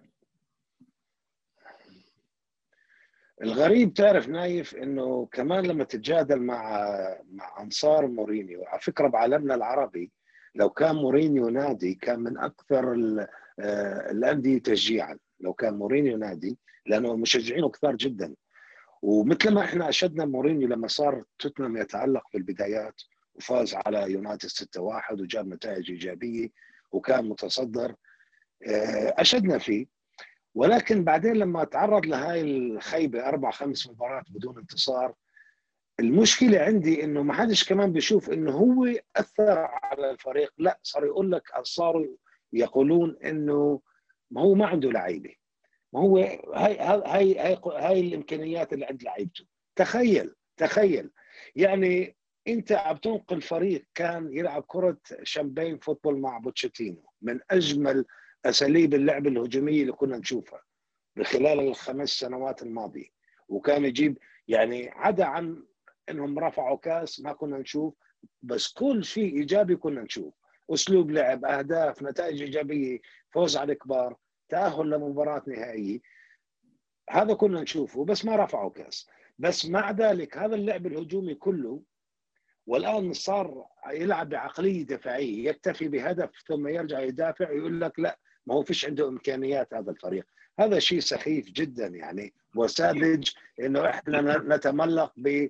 الغريب تعرف نايف انه كمان لما تتجادل مع مع انصار مورينيو، على فكره بعالمنا العربي لو كان مورينيو نادي كان من اكثر الانديه تشجيعا، لو كان مورينيو نادي، لانه مشجعينه كثار جدا. ومثل ما احنا اشدنا مورينيو لما صار توتنهام يتالق في البدايات وفاز على يونايتد ستة واحد وجاب نتائج ايجابيه وكان متصدر، اشدنا فيه. ولكن بعدين لما تعرض لهاي الخيبه اربع خمس مباريات بدون انتصار، المشكله عندي انه ما حدش كمان بيشوف انه هو اثر على الفريق. لا، صار يقول لك، صاروا يقولون انه ما هو ما عنده لعيبه، ما هو هاي هاي هاي هاي الامكانيات اللي عند لعيبته. تخيل تخيل يعني انت عم تنقل فريق كان يلعب كره شامبين فوتبول مع بوتشيتينو، من اجمل اساليب اللعب الهجوميه اللي كنا نشوفها خلال الخمس سنوات الماضيه، وكان يجيب يعني عدا عن انهم رفعوا كاس ما كنا نشوف، بس كل شيء ايجابي كنا نشوف، اسلوب لعب، اهداف، نتائج ايجابيه، فوز على الكبار، تاهل لمباراه نهائيه، هذا كنا نشوفه، بس ما رفعوا كاس. بس مع ذلك هذا اللعب الهجومي كله والان صار يلعب بعقليه دفاعيه، يكتفي بهدف ثم يرجع يدافع، يقول لك لا ما هو فيش عنده امكانيات هذا الفريق. هذا شيء سخيف جدا يعني وساذج، انه احنا نتملق ب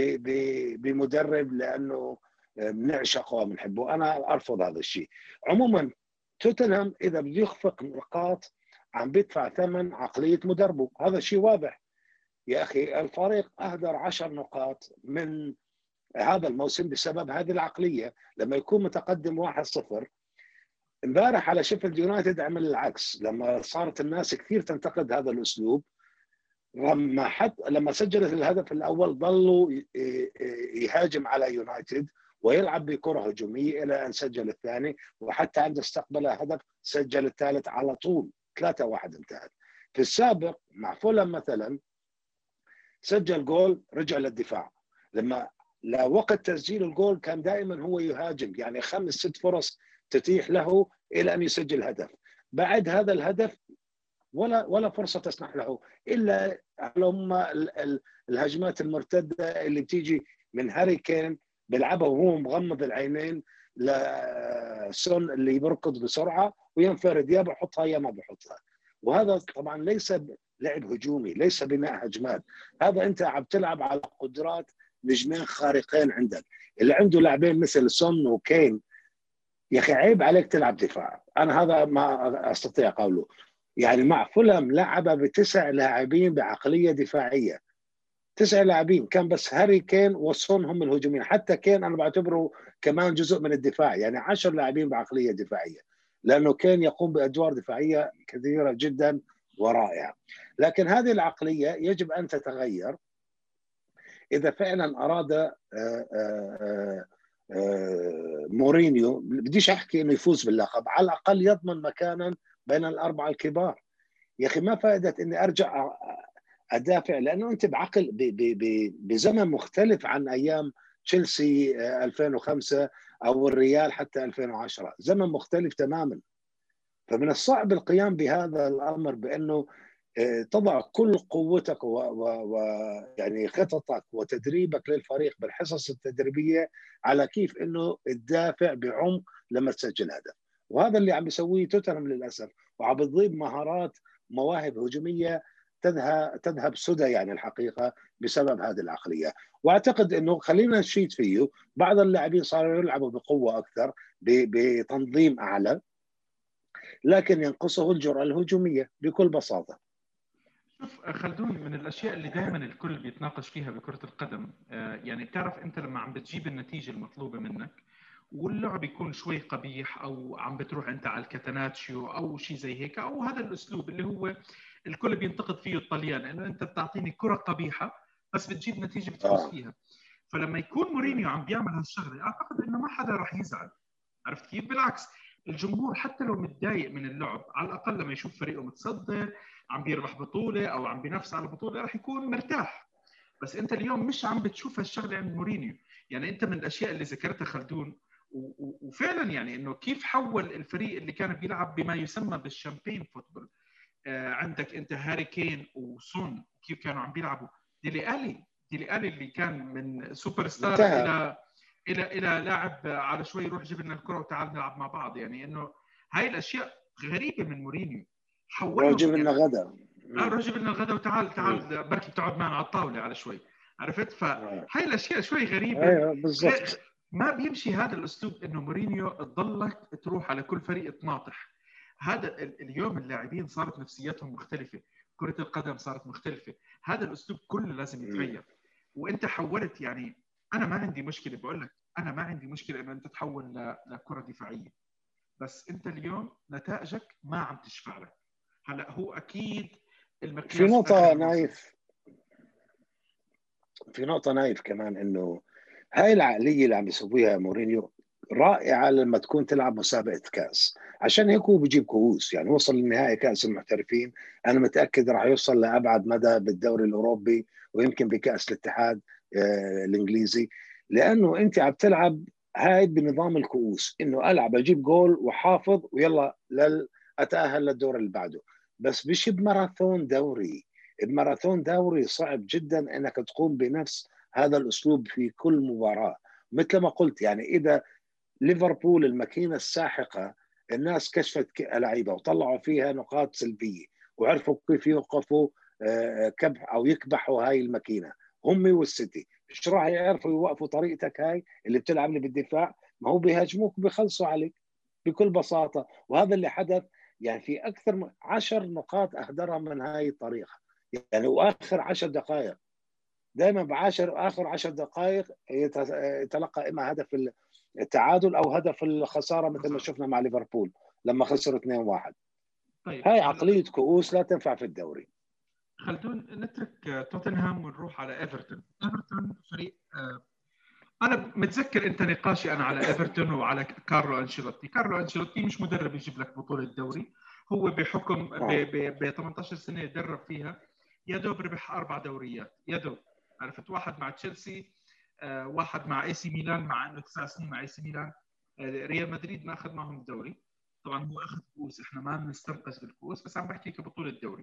بمدرب لانه بنعشقه وبنحبه. انا ارفض هذا الشيء. عموما توتنهام اذا بده يخفق نقاط عم بيدفع ثمن عقليه مدربه، هذا شيء واضح يا اخي. الفريق اهدر عشر نقاط من هذا الموسم بسبب هذه العقليه، لما يكون متقدم واحد صفر. امبارح على شيفيلد يونايتد عمل العكس، لما صارت الناس كثير تنتقد هذا الاسلوب، لما حد لما سجلت الهدف الاول ظلوا يهاجم على يونايتد ويلعب بكره هجوميه الى ان سجل الثاني، وحتى عند استقبل هدف سجل الثالث على طول، ثلاثة واحد انتهت. في السابق مع فولم مثلا سجل جول رجع للدفاع، لما لوقت تسجيل الجول كان دائما هو يهاجم، يعني خمس ست فرص تتيح له الى ان يسجل هدف. بعد هذا الهدف ولا ولا فرصه تسنح له الا هم الهجمات المرتده اللي بتيجي من هاري كين بيلعبها وهو مغمض العينين لسون اللي بيركض بسرعه وينفرد، يا بحطها يا ما بحطها. وهذا طبعا ليس لعب هجومي، ليس بناء هجمات، هذا انت عم تلعب على قدرات نجمين خارقين عندك. اللي عنده لاعبين مثل سون وكين يا اخي عيب عليك تلعب دفاع. انا هذا ما استطيع قوله. يعني مع فولم لعب بتسع لاعبين بعقليه دفاعيه، تسع لاعبين كان بس هاري كين وسون هم الهجوميين، حتى كين انا بعتبره كمان جزء من الدفاع، يعني عشر لاعبين بعقليه دفاعيه، لانه كين يقوم بادوار دفاعيه كثيره جدا ورائعه. لكن هذه العقليه يجب ان تتغير اذا فعلا اراد مورينيو، بديش احكي انه يفوز باللقب، على الاقل يضمن مكانا بين الاربعه الكبار. يا اخي ما فائده اني ارجع ادافع، لانه انت بعقل بزمن مختلف عن ايام تشيلسي ألفين وخمسة او الريال حتى ألفين وعشرة، زمن مختلف تماما. فمن الصعب القيام بهذا الامر بانه تضع كل قوتك ويعني خططك وتدريبك للفريق بالحصص التدريبيه على كيف انه تدافع بعمق لما تسجل هدف. وهذا اللي عم يسويه توتنهام للاسف، وعم بتضيب مهارات مواهب هجوميه تذهب تذهب سدى يعني الحقيقه بسبب هذه العقليه. واعتقد انه خلينا نشيد فيه، بعض اللاعبين صاروا يلعبوا بقوه اكثر بتنظيم اعلى، لكن ينقصه الجرأة الهجوميه بكل بساطه. شوف خلدون، من الاشياء اللي دائما الكل بيتناقش فيها بكره القدم، يعني بتعرف انت لما عم بتجيب النتيجه المطلوبه منك واللعب يكون شوي قبيح، او عم بتروح انت على الكاتاناتشيو او شيء زي هيك، او هذا الاسلوب اللي هو الكل بينتقد فيه الطليان، انه انت بتعطيني كره قبيحه بس بتجيب نتيجه بتفوز فيها. فلما يكون مورينيو عم بيعمل هالشغله اعتقد انه ما حدا راح يزعل، عرفت كيف؟ بالعكس، الجمهور حتى لو متضايق من اللعب، على الاقل لما يشوف فريقه متصدر عم بيربح بطوله او عم بينافس على بطوله راح يكون مرتاح. بس انت اليوم مش عم بتشوف هالشغله عند مورينيو. يعني انت من الاشياء اللي ذكرتها خلدون، وفعلا يعني انه كيف حول الفريق اللي كان بيلعب بما يسمى بالشامبين فوتبول، آه عندك انت هاري كين وسون كيف كانوا عم بيلعبوا، ديلي الي ديلي الي اللي كان من سوبر ستار انتهى. الى الى الى لاعب على شوي يروح جيب لنا الكره وتعال نلعب مع بعض. يعني انه هاي الاشياء غريبه من مورينيو، حولهم. روح جيب لنا يعني غدا، اه روح جيب لنا الغدا وتعال تعال بركي تقعد معنا على الطاوله على شوي، عرفت؟ فهاي الاشياء شوي غريبه. ايوه بالضبط. ما بيمشي هذا الاسلوب انه مورينيو تضلك تروح على كل فريق تناطح. هذا اليوم اللاعبين صارت نفسياتهم مختلفه، كره القدم صارت مختلفه، هذا الاسلوب كله لازم يتغير. وانت حولت، يعني انا ما عندي مشكله، بقول لك انا ما عندي مشكله انه انت تحول لكره دفاعيه، بس انت اليوم نتائجك ما عم تشفع لك. هلا هو اكيد المقياس في نقطه نايف في نقطه نايف كمان، انه هاي العقليه اللي عم يسويها مورينيو رائعه لما تكون تلعب مسابقه كاس، عشان هيك هو بيجيب كؤوس. يعني وصل لنهائي كاس المحترفين، انا متاكد راح يوصل لابعد مدى بالدوري الاوروبي ويمكن بكاس الاتحاد آه الانجليزي، لانه انت عم تلعب هاي بنظام الكؤوس، انه العب اجيب جول وحافظ ويلا لل اتاهل للدور اللي بعده. بس مش بماراثون دوري. بماراثون دوري صعب جدا انك تقوم بنفس هذا الاسلوب في كل مباراه. مثل ما قلت، يعني اذا ليفربول الماكينه الساحقه الناس كشفت لعيبه وطلعوا فيها نقاط سلبيه وعرفوا كيف يوقفوا كبح او يكبحوا هاي الماكينه، هم والسيتي مش راح يعرفوا يوقفوا طريقتك هاي اللي بتلعب لي بالدفاع؟ ما هو بيهاجموك وبيخلصوا عليك بكل بساطه. وهذا اللي حدث يعني في اكثر من عشر نقاط اهدرها من هاي الطريقه. يعني واخر عشر دقائق دائما بعاشر اخر عشر دقائق يتلقى اما هدف التعادل او هدف الخساره، مثل ما شفنا مع ليفربول لما خسر اثنين واحد. طيب هاي عقليه كؤوس لا تنفع في الدوري. خلدون نترك توتنهام ونروح على ايفرتون. ايفرتون فريق آه انا متذكر انت نقاشي انا على ايفرتون وعلى كارلو انشيلوتي. كارلو انشيلوتي مش مدرب يجيب لك بطوله الدوري، هو بحكم ب ثمانية عشر سنه يدرب فيها يا دوب ربح اربع دوريات يا دوب. عرفت، واحد مع تشيلسي، آه واحد مع اي سي ميلان، مع انه تسع سنين مع اي سي ميلان. آه ريال مدريد ما اخذ معهم الدوري. طبعا هو اخذ كؤوس، احنا ما بنستنقذ بالكؤوس، بس عم بحكي كبطوله الدوري.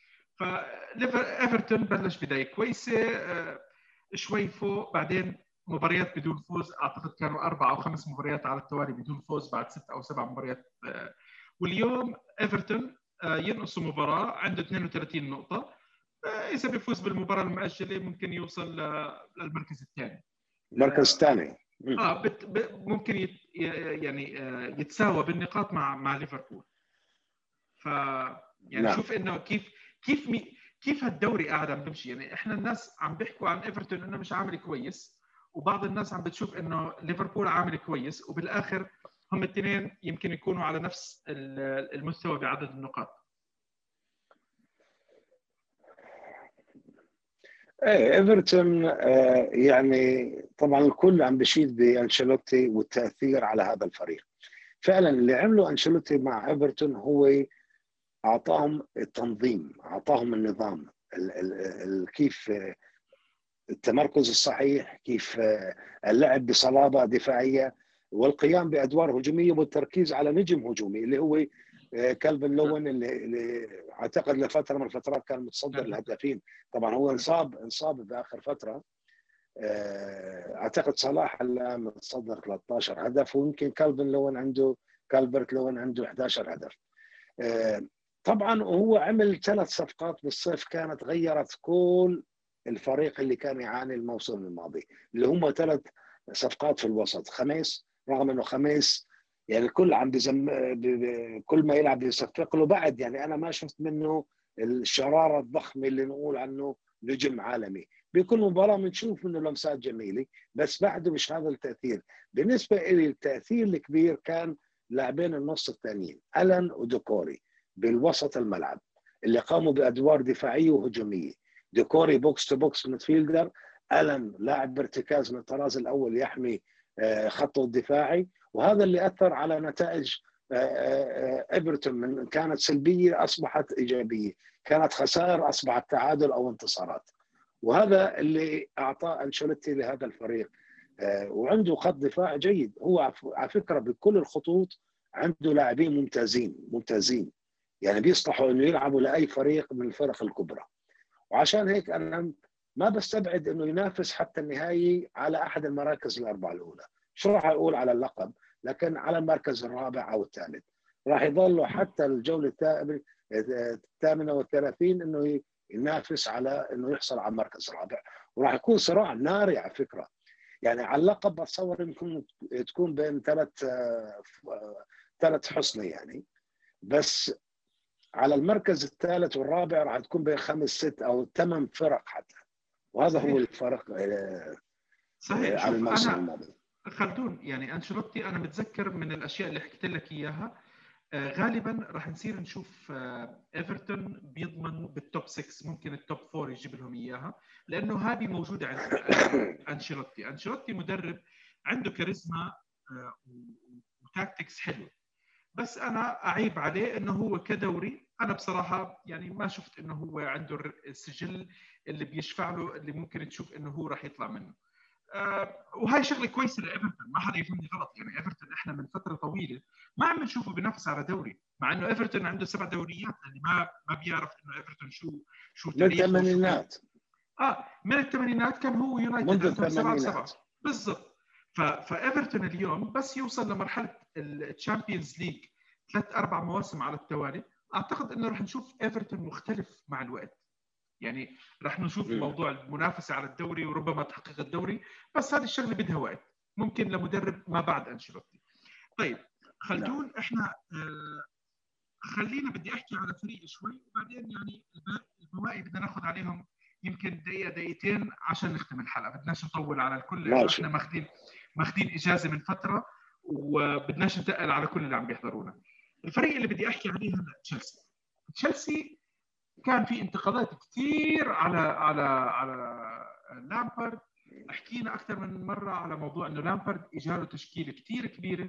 فايفرتون بلش بدايه كويسه، آه شوي فوق، بعدين مباريات بدون فوز. اعتقد كانوا اربع او خمس مباريات على التوالي بدون فوز بعد ست او سبع مباريات. واليوم ايفرتون ينقصوا مباراه، عنده اثنين وثلاثين نقطه. اذا بيفوز بالمباراه المؤجله ممكن يوصل للمركز الثاني. المركز الثاني اه بت ممكن يت يعني يتساوى بالنقاط مع مع ليفربول. ف يعني نعم. شوف انه كيف كيف مي كيف هالدوري قاعد عم بمشي. يعني احنا الناس عم بيحكوا عن ايفرتون انه مش عامل كويس، وبعض الناس عم بتشوف انه ليفربول عامل كويس، وبالاخر هم الاثنين يمكن يكونوا على نفس المستوى بعدد النقاط. ايه ايفرتون آه يعني طبعا الكل عم بشيد بانشيلوتي والتاثير على هذا الفريق. فعلا اللي عمله انشيلوتي مع ايفرتون هو اعطاهم التنظيم، اعطاهم النظام، ال ال ال كيف التمركز الصحيح، كيف اللعب بصلابه دفاعيه والقيام بادوار هجوميه والتركيز على نجم هجومي اللي هو كالفن لوين، اللي, اللي اعتقد لفتره من الفترات كان متصدر الهدافين. طبعا هو انصاب انصاب باخر فتره. اعتقد صلاح الان متصدر ثلاثة عشر هدف، ويمكن كالفن لوين عنده كالبرت لوين عنده احد عشر هدف. طبعا هو عمل ثلاث صفقات بالصيف كانت غيرت كل الفريق اللي كان يعاني الموسم الماضي، اللي هم ثلاث صفقات في الوسط. خميس، رغم انه خميس يعني الكل عم بزم كل ما يلعب يصفق له بعد، يعني انا ما شفت منه الشراره الضخمه اللي نقول عنه نجم عالمي. بكل مباراه بنشوف منه لمسات جميله، بس بعده مش هذا التاثير. بالنسبه لي التاثير الكبير كان لاعبين النص الثانيين ألان ودوكوري بالوسط الملعب، اللي قاموا بادوار دفاعيه وهجوميه. دوكوري بوكس تو بوكس ميدفيلدر، ألان لاعب ارتكاز من الطراز الاول يحمي خطه الدفاعي، وهذا اللي اثر على نتائج ايفرتون. من كانت سلبيه اصبحت ايجابيه، كانت خسائر اصبحت تعادل او انتصارات. وهذا اللي اعطاه انشيلوتي لهذا الفريق. وعنده خط دفاع جيد، هو على فكره بكل الخطوط عنده لاعبين ممتازين ممتازين يعني بيصلحوا انه يلعبوا لاي فريق من الفرق الكبرى. وعشان هيك انا ما بستبعد انه ينافس حتى النهائي على احد المراكز الاربعه الاولى. مش راح اقول على اللقب، لكن على المركز الرابع او الثالث راح يضلوا حتى الجوله الثامنه والثلاثين انه ينافس على انه يحصل على المركز الرابع، وراح يكون صراع ناري على فكره. يعني على اللقب بتصور يمكن تكون بين ثلاث ثلاث حصنه يعني، بس على المركز الثالث والرابع راح تكون بين خمس ست او ثمان فرق حتى، وهذا صحيح. هو الفرق صحيح. على الموسم الماضي. خلدون يعني انشيلوتي انا متذكر من الاشياء اللي حكيت لك اياها غالبا راح نصير نشوف ايفرتون بيضمن بالتوب ستة، ممكن التوب أربعة يجيب لهم اياها، لانه هذه موجوده عند انشيلوتي. انشيلوتي مدرب عنده كاريزما وتاكتكس حلوه، بس انا اعيب عليه انه هو كدوري انا بصراحه يعني ما شفت انه هو عنده السجل اللي بيشفع له، اللي ممكن تشوف انه هو راح يطلع منه. أه وهي شغله كويسه لايفرتون، ما حدا يفهمني غلط، يعني ايفرتون احنا من فتره طويله ما عم نشوفه بينافس على دوري، مع انه ايفرتون عنده سبع دوريات، اللي ما ما بيعرف انه ايفرتون شو شو من تاريخه وشو الثمانينات. اه من الثمانينات كان هو يونايتد منذ عندهم سبعه الثمانينات بسبعه بالضبط. فايفرتون اليوم بس يوصل لمرحله الشامبيونز ليج ثلاث اربع مواسم على التوالي، اعتقد انه راح نشوف ايفرتون مختلف مع الوقت. يعني راح نشوف م. موضوع المنافسه على الدوري وربما تحقيق الدوري، بس هذه الشغله بدها وقت، ممكن لمدرب ما بعد انشيلوتي. طيب خلدون، احنا آه خلينا بدي احكي على فريق شوي، وبعدين يعني البواقي بدنا ناخذ عليهم يمكن دقيقه دقيقتين عشان نختم الحلقه، بدناش نطول على الكل لانه احنا ماخذين ماخذين اجازه من فتره وبدناش نتقل على كل اللي عم بيحضرونا. الفريق اللي بدي احكي عليه هلا تشيلسي. تشيلسي كان في انتقادات كثير على على على لامبارد، حكينا اكثر من مره على موضوع انه لامبارد اجاله تشكيله كثير كبيره،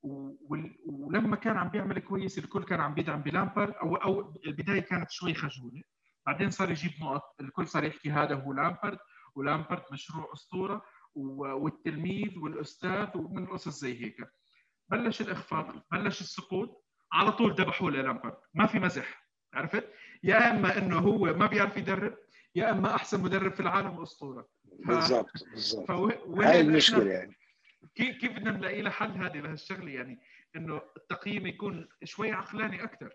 ولما كان عم بيعمل كويس الكل كان عم بيدعم بلامبارد، او او البدايه كانت شوي خجوله، بعدين صار يجيب نقط، الكل صار يحكي هذا هو لامبارد، ولامبارد مشروع اسطوره والتلميذ والاستاذ ومن قصص زي هيك. بلش الاخفاق، بلش السقوط، على طول ذبحوه للامبارد، ما في مزح، عرفت؟ يا اما انه هو ما بيعرف يدرب، يا اما احسن مدرب في العالم واسطوره. ف... بالضبط بالضبط فوين هاي المشكله يعني. كيف بدنا نلاقي له حل هذه لهالشغله، يعني انه التقييم يكون شوي عقلاني اكثر.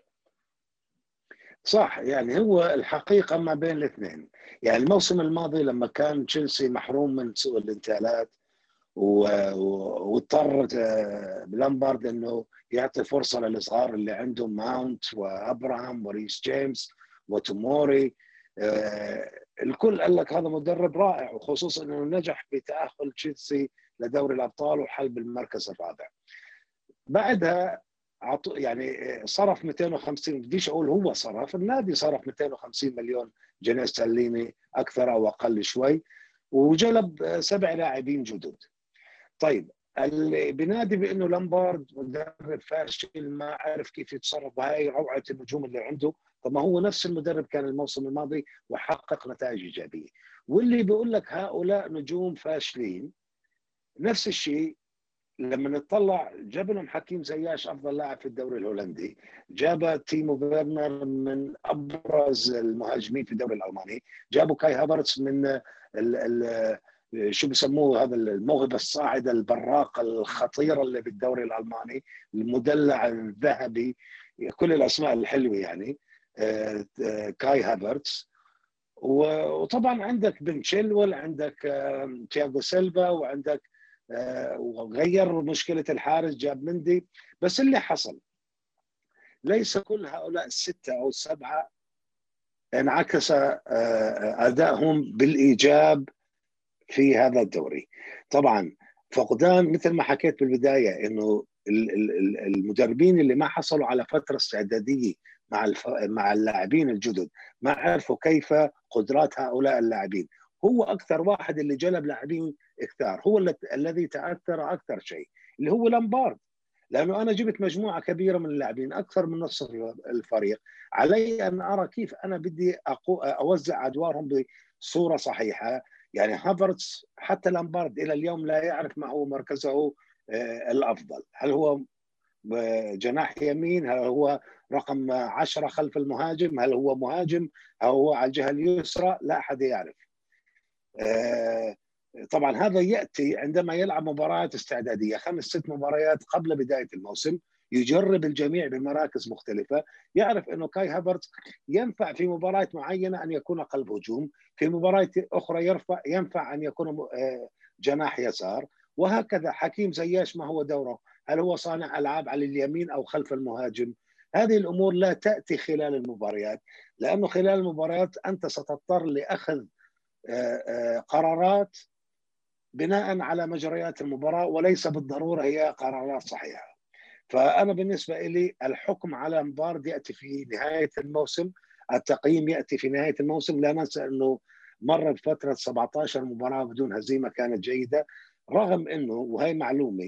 صح، يعني هو الحقيقه ما بين الاثنين. يعني الموسم الماضي لما كان تشيلسي محروم من سوء الانتقالات واضطر لامبارد انه يعطي فرصه للصغار اللي عندهم ماونت وابراهام وريس جيمس وتوموري، الكل قال لك هذا مدرب رائع، وخصوصا انه نجح بتاهل تشيلسي لدوري الابطال وحل بالمركز الرابع. بعدها يعني صرف مئتين وخمسين، بديش اقول هو صرف، النادي صرف مئتين وخمسين مليون جنيه استرليني اكثر او اقل شوي، وجلب سبع لاعبين جدد. طيب اللي بينادي بانه لامبارد مدرب فاشل ما عارف كيف يتصرف، وهي روعه النجوم اللي عنده، طب ما هو نفس المدرب كان الموسم الماضي وحقق نتائج ايجابيه. واللي بيقول لك هؤلاء نجوم فاشلين، نفس الشيء لما نطلع جاب لهم حكيم زياش افضل لاعب في الدوري الهولندي، جاب تيمو فيرنر من ابرز المهاجمين في الدوري الالماني، جابوا كاي هافرتس من ال ال شو بسموه هذا الموهبه الصاعده البراقه الخطيره اللي بالدوري الالماني، المدلع الذهبي، كل الاسماء الحلوه يعني، كاي هافرتس. وطبعا عندك بن تشيلول، عندك تياغو سيلفا، وعندك وغير مشكله الحارس جاب مندي. بس اللي حصل ليس كل هؤلاء السته او السبعه انعكس ادائهم بالايجاب في هذا الدوري. طبعا فقدان مثل ما حكيت بالبدايه انه المدربين اللي ما حصلوا على فتره استعداديه مع مع اللاعبين الجدد، ما عرفوا كيف قدرات هؤلاء اللاعبين، هو اكثر واحد اللي جلب لاعبين كثار، هو الذي تاثر اكثر شيء اللي هو لامبارد. لانه انا جبت مجموعه كبيره من اللاعبين اكثر من نصف الفريق، علي ان ارى كيف انا بدي اوزع ادوارهم بصوره صحيحه. يعني هافرتس حتى لامبارد الى اليوم لا يعرف ما هو مركزه الافضل، هل هو جناح يمين، هل هو رقم عشرة خلف المهاجم، هل هو مهاجم، هل هو على الجهه اليسرى، لا احد يعرف. طبعا هذا ياتي عندما يلعب مباريات استعداديه، خمس ست مباريات قبل بدايه الموسم، يجرب الجميع بمراكز مختلفه، يعرف انه كاي هافرتس ينفع في مباراه معينه ان يكون قلب هجوم، في مباراه اخرى يرفع ينفع ان يكون جناح يسار، وهكذا. حكيم زياش ما هو دوره، هل هو صانع العاب على اليمين او خلف المهاجم؟ هذه الامور لا تاتي خلال المباريات، لانه خلال المباريات انت ستضطر لاخذ قرارات بناء على مجريات المباراة، وليس بالضرورة هي قرارات صحيحة. فانا بالنسبه لي الحكم على لامبارد ياتي في نهايه الموسم، التقييم ياتي في نهايه الموسم. لا ننسى انه مر بفتره سبعة عشر مباراه بدون هزيمه كانت جيده، رغم انه، وهي معلومه،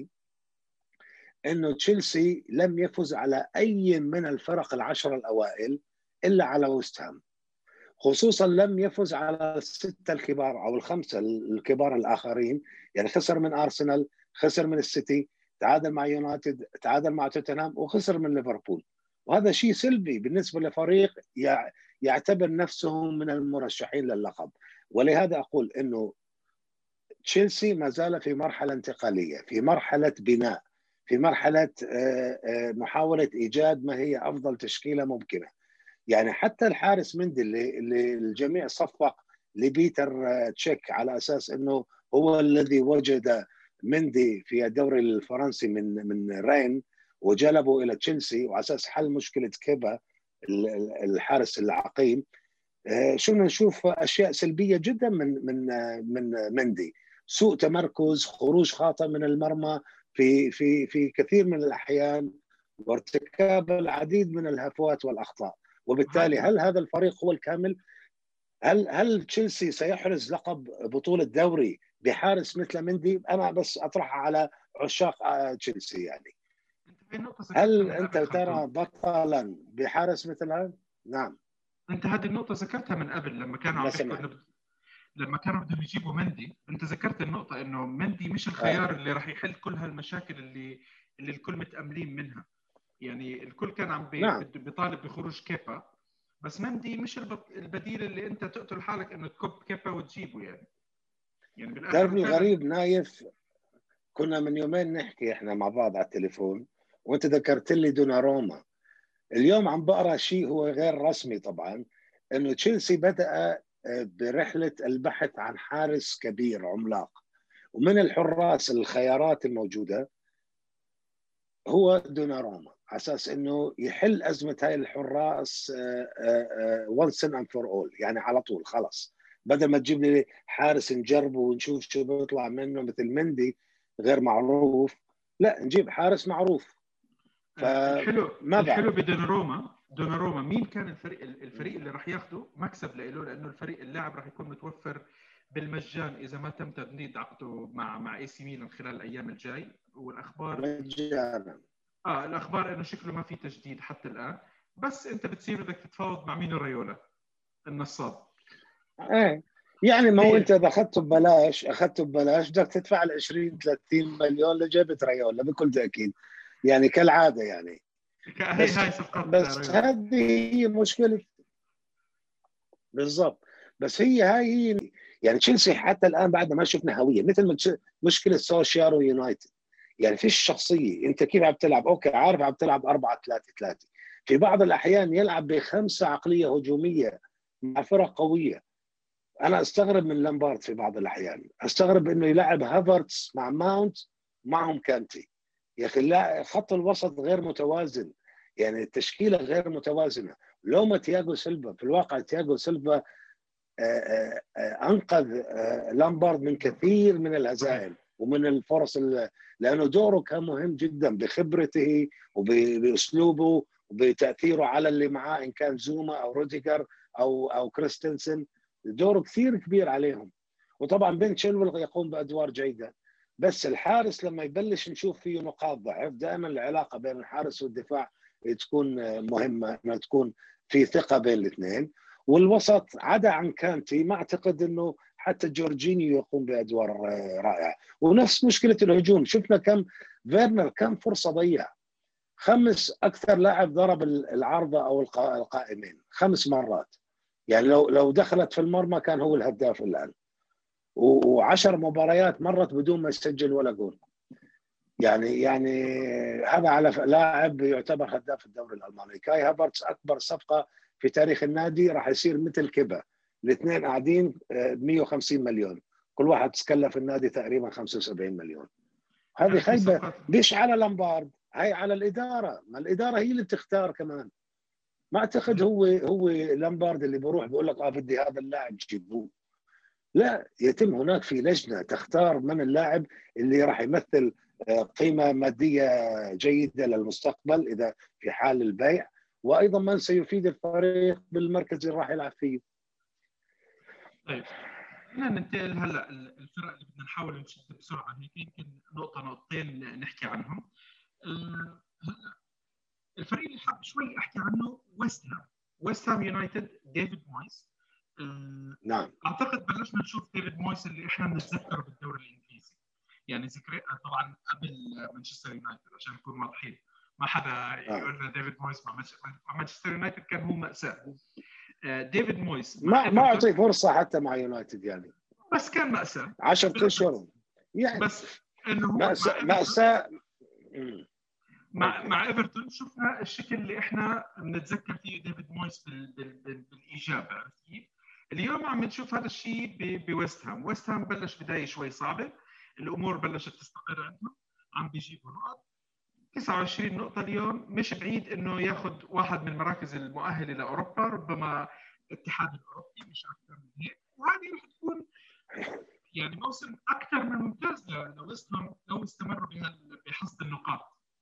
انه تشيلسي لم يفز على اي من الفرق العشره الاوائل الا على ويست هام، خصوصا لم يفز على السته الكبار او الخمسه الكبار الاخرين. يعني خسر من ارسنال، خسر من السيتي، تعادل مع يونايتد، تعادل مع توتنهام، وخسر من ليفربول. وهذا شيء سلبي بالنسبه لفريق يعتبر نفسه من المرشحين للقب. ولهذا اقول انه تشيلسي ما زال في مرحله انتقاليه، في مرحله بناء، في مرحله محاوله ايجاد ما هي افضل تشكيله ممكنه. يعني حتى الحارس مندي اللي, اللي الجميع صفق لبيتر تشيك على اساس انه هو الذي وجد مندي في الدوري الفرنسي من من رين وجلبه الى تشيلسي، وعلى اساس حل مشكله كيبا الحارس العقيم. شفنا نشوف اشياء سلبيه جدا من من من مندي، سوء تمركز، خروج خاطئ من المرمى في في في كثير من الاحيان، وارتكاب العديد من الهفوات والاخطاء. وبالتالي هل هذا الفريق هو الكامل؟ هل هل تشيلسي سيحرز لقب بطولة دوري بحارس مثل مندي؟ أنا بس أطرحها على عشاق تشيلسي. يعني هل أنت ترى بطلا بحارس مثل هذا؟ نعم. أنت هذه النقطة ذكرتها من قبل لما كانوا عم يحكوا لما كانوا بدهم يجيبوا مندي. أنت ذكرت النقطة إنه مندي مش الخيار اللي راح يحل كل هالمشاكل اللي اللي الكل متأملين منها. يعني الكل كان عم بيطالب بخروج كيبا، بس مندي مش البديل اللي انت تقتل حالك انه تكب كيبا وتجيبه. يعني يعني بالاخر تعرف الغريب نايف، كنا من يومين نحكي احنا مع بعض على التليفون وانت ذكرت لي دوناروما. اليوم عم بقرا شيء هو غير رسمي طبعا، انه تشيلسي بدأ برحلة البحث عن حارس كبير عملاق، ومن الحراس الخيارات الموجودة هو دوناروما، على اساس انه يحل ازمه هاي الحراس once and for all، يعني على طول خلص، بدل ما تجيب لي حارس نجربه ونشوف شو بيطلع منه مثل مندي غير معروف، لا نجيب حارس معروف. الحلو الحلو بدوناروما، دوناروما مين كان الفريق الفريق اللي راح ياخده مكسب له، لانه الفريق اللاعب راح يكون متوفر بالمجان اذا ما تم تجديد عقده مع مع اي سي ميلان خلال الايام الجاي. والاخبار مجانا اه الاخبار انه شكله ما في تجديد حتى الان، بس انت بتصير بدك تتفاوض مع مينو ريولا النصاب. ايه يعني ما هو انت اذا اخذته ببلاش اخذته ببلاش بدك تدفع ال عشرين ثلاثين مليون لجابت ريولا بكل تاكيد، يعني كالعاده. يعني هي هاي صفقات بس هذه هي مشكله بالضبط. بس هي هاي هي يعني تشيلسي حتى الان بعد ما شفنا هويه، مثل مشكله سوشيال ويونايتد. يعني فيش شخصيه، انت كيف عم تلعب؟ اوكي عارف عم تلعب أربعة ثلاثة ثلاثة، في بعض الاحيان يلعب بخمسه عقليه هجوميه مع فرق قويه. انا استغرب من لامبارد في بعض الاحيان، استغرب انه يلعب هافرتس مع ماونت معهم كانتي. يا اخي لا، خط الوسط غير متوازن، يعني التشكيله غير متوازنه. لو ما تياغو سيلفا، في الواقع تياغو سيلفا انقذ لامبارد من كثير من الهزائم ومن الفرص، لانه دوره كان مهم جدا بخبرته وباسلوبه وبتاثيره على اللي معاه، ان كان زوما او روديجر او او كريستنسن، دوره كثير كبير عليهم. وطبعا بن تشيلويل يقوم بادوار جيده. بس الحارس لما يبلش نشوف فيه نقاط ضعف، دائما العلاقه بين الحارس والدفاع تكون مهمه، انها تكون في ثقه بين الاثنين. والوسط عدا عن كانتي ما اعتقد انه حتى جورجينيو يقوم بادوار رائعه. ونفس مشكله الهجوم، شفنا كم فيرنر كم فرصه ضيع، خمس اكثر لاعب ضرب العارضه او القائمين خمس مرات. يعني لو لو دخلت في المرمى كان هو الهداف الان، وعشر مباريات مرت بدون ما يسجل ولا جول. يعني يعني هذا على لاعب يعتبر هداف الدوري الالماني. كاي هافرتس اكبر صفقه في تاريخ النادي، راح يصير مثل كيبا، الاثنين قاعدين ب مئة وخمسين مليون، كل واحد تكلف النادي تقريبا خمسة وسبعين مليون. هذه خيبه مش على لامبارد، هي على الاداره، ما الاداره هي اللي بتختار كمان. ما اعتقد هو هو لامبارد اللي بروح بيقول لك اه بدي هذا اللاعب جيبوه. لا، يتم هناك في لجنه تختار من اللاعب اللي راح يمثل قيمة مادية جيدة للمستقبل إذا في حال البيع، وأيضا من سيفيد الفريق بالمركز اللي راح يلعب فيه. طيب خلينا ننتقل هلا الفرق اللي بدنا نحاول نشد بسرعة، هيك يمكن نقطة نقطتين نحكي عنهم. هلا الفريق اللي حاب شوي أحكي عنه ويست هام، ويست هام يونايتد، ديفيد مويس. نعم. أعتقد بلشنا نشوف ديفيد مويس اللي إحنا بنتذكره بالدوري الإنجليزي، يعني ذكرى طبعا قبل مانشستر يونايتد عشان نكون واضحين، ما حدا يقول لنا ديفيد مويس مع مانشستر يونايتد كان هو مأساة. ديفيد مويس ما ما أعطي فرصة حتى مع يونايتد يعني، بس كان مأساة عشرة أشهر يعني، بس إنه هو مأساة مأساة مع مع ايفرتون شفنا الشكل اللي احنا بنتذكر فيه ديفيد مويس بال... بال... بال... بالايجاب. عرفت كيف؟ اليوم عم نشوف هذا الشيء ب... بويست هام. ويست هام بلش بدايه شوي صعبه، الامور بلشت تستقر عندهم، عم بيجيبوا نقط، تسعة وعشرين نقطه اليوم، مش بعيد انه ياخذ واحد من المراكز المؤهله لاوروبا، ربما الاتحاد الاوروبي، مش اكثر من هيك. وهذه رح تكون يعني موسم اكثر من ممتاز لويست هام لو استمروا بحصد النقاط.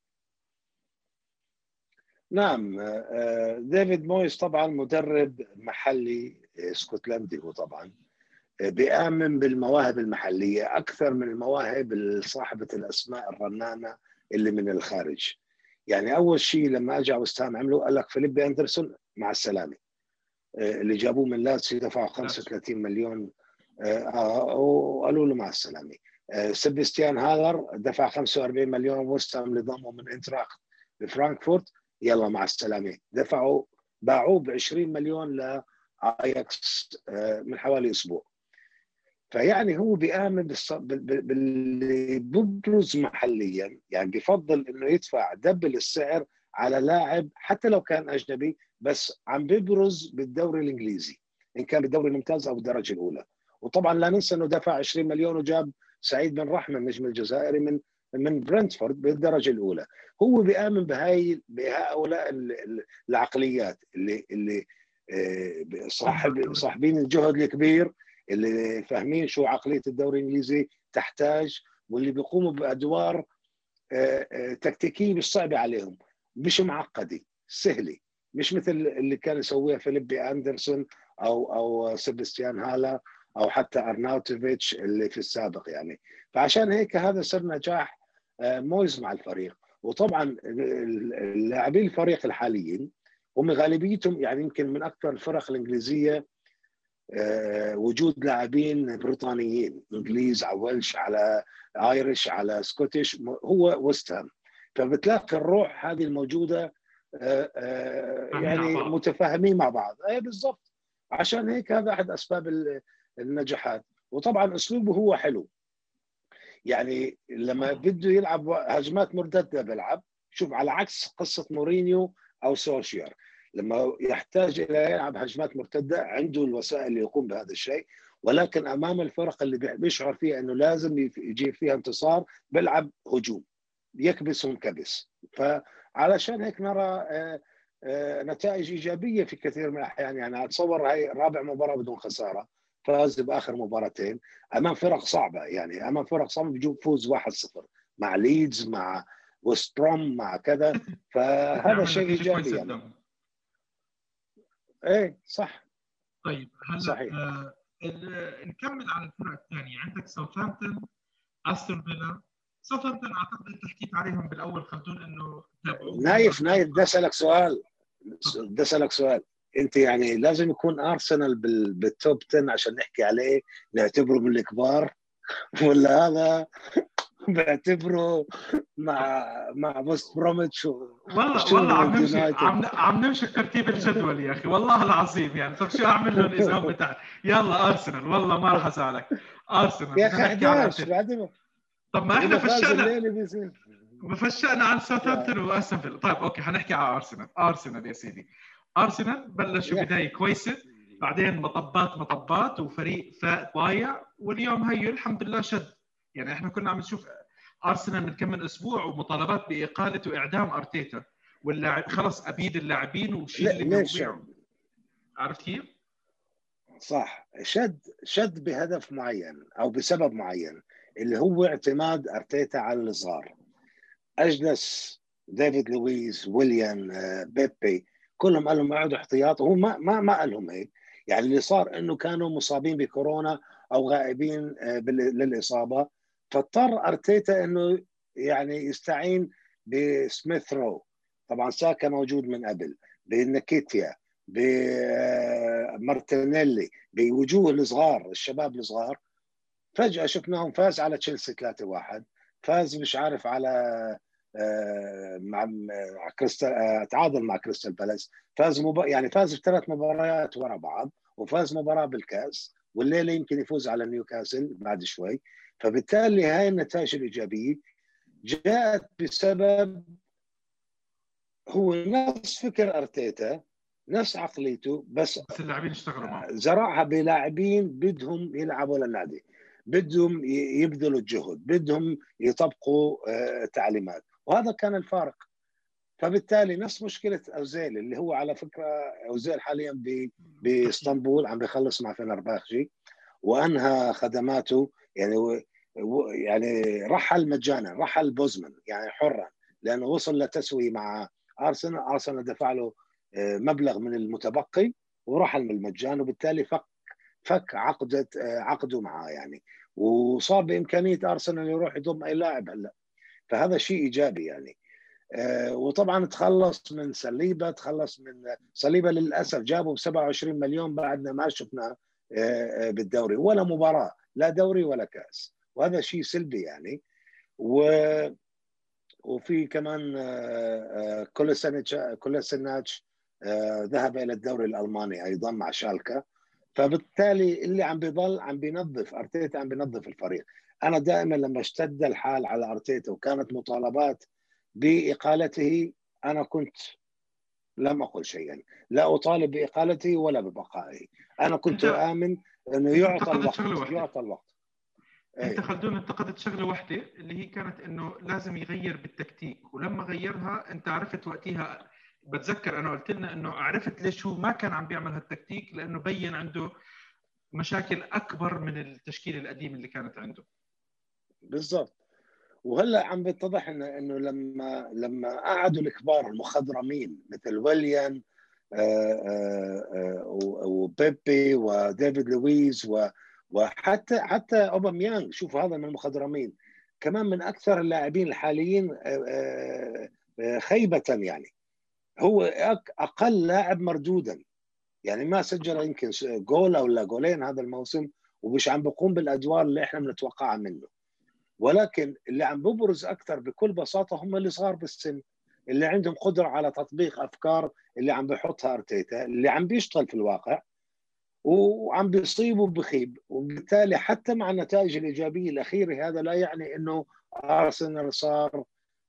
نعم. ديفيد مويس طبعا مدرب محلي اسكتلندي، هو طبعا بيآمن بالمواهب المحلية أكثر من المواهب صاحبة الأسماء الرنانة اللي من الخارج. يعني أول شيء لما أجا ويست هام عملوا قال لك فيليبي أندرسون مع السلامة، اللي جابوه من لاتسيو دفعوا خمسة وثلاثين مليون وقالوا له مع السلامة. سيباستيان هالر دفع خمسة وأربعين مليون، ويست هام اللي ضمه من انتراخت بفرانكفورت يلا مع السلامة. دفعوا باعوه ب عشرين مليون لأياكس من حوالي أسبوع. فيعني هو بيآمن باللي ببرز محليا، يعني بفضل انه يدفع دبل السعر على لاعب حتى لو كان اجنبي بس عم ببرز بالدوري الانجليزي، ان كان بالدوري الممتاز او بالدرجه الاولى. وطبعا لا ننسى انه دفع عشرين مليون وجاب سعيد بن رحمه النجم الجزائري من من برنتفورد بالدرجه الاولى. هو بيآمن بهاي بهؤلاء العقليات اللي اللي صاحب صاحبين الجهد الكبير، اللي فاهمين شو عقلية الدوري الإنجليزي تحتاج، واللي بيقوموا بأدوار تكتيكية مش صعبة عليهم، مش معقدة، سهلة، مش مثل اللي كان يسويها فيليبي أندرسون أو أو سيباستيان هالا أو حتى أرناوتوفيتش اللي في السابق يعني. فعشان هيك هذا سر نجاح مويز مع الفريق. وطبعا اللاعبين الفريق الحاليين هم غالبيتهم يعني يمكن من أكثر الفرق الإنجليزية وجود لاعبين بريطانيين، انجليز على ويلش على ايرش على سكوتيش، هو ويست هام. فبتلاقي الروح هذه الموجوده يعني متفاهمين مع بعض. اي بالضبط، عشان هيك هذا احد اسباب النجاحات. وطبعا اسلوبه هو حلو، يعني لما بده يلعب هجمات مرتده بيلعب، شوف على عكس قصه مورينيو او سولشير، لما يحتاج الى يلعب هجمات مرتده عنده الوسائل اللي يقوم بهذا الشيء، ولكن امام الفرق اللي بيشعر فيها انه لازم يجيب فيها انتصار بيلعب هجوم يكبس ونكبس. فعلشان هيك نرى نتائج ايجابيه في كثير من الاحيان. يعني اتصور هاي رابع مباراه بدون خساره، فاز باخر مباراتين امام فرق صعبه، يعني امام فرق صعبه بيجوب فوز واحد صفر مع ليدز مع ويست بروم مع كذا، فهذا شيء ايجابي يعني. ايه صح. طيب هلا صحيح. آه نكمل على الفرق الثانيه. عندك ساوثهامبتون، استون فيلا. ساوثهامبتون اعتقد انت حكيت عليهم بالاول خلدون انه تابعوه. نايف نايف بدي اسالك سؤال بدي اسالك سؤال انت يعني لازم يكون ارسنال بالتوب عشرة عشان نحكي عليه نعتبره من الكبار، ولا هذا بعتبره مع مع بوست بروميتش والله والله عم نمشي عم عم نمشي بترتيب الجدول يا اخي والله العظيم. يعني طب شو اعمل لهم اذا هم تحت؟ يلا ارسنال، والله ما راح ازعلك. ارسنال يا اخي احد عشر بعدين. طب ما احنا فشلنا بيصير فشلنا عن ساوثهامبتون واستون فيلا. طيب اوكي حنحكي على ارسنال. ارسنال يا سيدي، ارسنال بلشوا بدايه كويسه، بعدين مطبات مطبات وفريق فاق ضايع، واليوم هي الحمد لله شد. يعني احنا كنا عم نشوف ارسنال من كم من اسبوع ومطالبات باقاله واعدام ارتيتا، واللاعب خلص ابيد اللاعبين وشيل وبيع. عرفت كيف؟ صح، شد شد بهدف معين او بسبب معين. اللي هو اعتماد ارتيتا على الصغار. اجلس ديفيد لويس، ويليان، بيبي، كلهم قال لهم اقعدوا احتياط. هو ما ما ما قال لهم هيك. يعني اللي صار انه كانوا مصابين بكورونا او غائبين للاصابه، فاضطر ارتيتا انه يعني يستعين بسميث رو. طبعا ساكا موجود من قبل، بنكيتيا، بمارتينيلي، بوجوه الصغار، الشباب الصغار. فجأة شفناهم فاز على تشيلسي ثلاثة واحد، فاز مش عارف على مع مع كريستال، تعادل مع كريستال بالاس، فاز مب... يعني فاز بثلاث مباريات ورا بعض، وفاز مباراة بالكاس، والليلة يمكن يفوز على نيوكاسل بعد شوي. فبالتالي هاي النتائج الإيجابية جاءت بسبب هو نفس فكر أرتيتا، نفس عقليته، بس بس اللاعبين اشتغلوا معه، زرعها بلاعبين بدهم يلعبوا للنادي، بدهم يبذلوا الجهد، بدهم يطبقوا تعليمات، وهذا كان الفارق. فبالتالي نفس مشكله اوزيل، اللي هو على فكره اوزيل حاليا باسطنبول عم بيخلص مع فنرباخشي، وانهى خدماته، يعني يعني رحل مجانا، رحل بوزمان يعني حرا، لانه وصل لتسويه مع ارسنال. ارسنال دفع له مبلغ من المتبقي ورحل من المجان، وبالتالي فك فك عقده عقده معاه يعني، وصار بامكانيه ارسنال يروح يضم اي لاعب هلا. فهذا شيء ايجابي يعني. وطبعا تخلص من سليبه، تخلص من سليبه للاسف جابوا ب سبعة وعشرين مليون بعدنا ما شفنا بالدوري ولا مباراه، لا دوري ولا كاس، وهذا شيء سلبي يعني. و وفي كمان كولاسينيتش كولاسينيتش ذهب الى الدوري الالماني ايضا مع شالكا. فبالتالي اللي عم بيضل عم بينظف ارتيتا، عم بينظف الفريق. انا دائما لما اشتد الحال على ارتيتا وكانت مطالبات باقالته، انا كنت لم اقل شيئا، لا اطالب باقالته ولا ببقائه. انا كنت انت امن انه انت يعطى انتقدت الوقت، شغله واحده، يعطى الوقت. انت ايه خلدون انتقدت شغله واحده اللي هي كانت انه لازم يغير بالتكتيك، ولما غيرها انت عرفت وقتها، بتذكر انا قلت لنا انه عرفت ليش هو ما كان عم بيعمل هالتكتيك، لانه بين عنده مشاكل اكبر من التشكيل القديم اللي كانت عنده. بالضبط. وهلا عم بيتضح انه انه لما لما قعدوا الكبار المخضرمين مثل ويليان وبيبي وديفيد لويس وحتى حتى اوباميانغ، شوف هذا من المخضرمين، كمان من اكثر اللاعبين الحاليين خيبه يعني. هو اقل لاعب مردودا، يعني ما سجل يمكن جول او لا جولين هذا الموسم، ومش عم بيقوم بالادوار اللي احنا بنتوقعها منه. ولكن اللي عم ببرز اكثر بكل بساطه هم اللي صغار بالسن، اللي عندهم قدره على تطبيق افكار اللي عم بيحطها ارتيتا، اللي عم بيشتغل في الواقع وعم بيصيب وبخيب. وبالتالي حتى مع النتائج الايجابيه الاخيره، هذا لا يعني انه ارسنال صار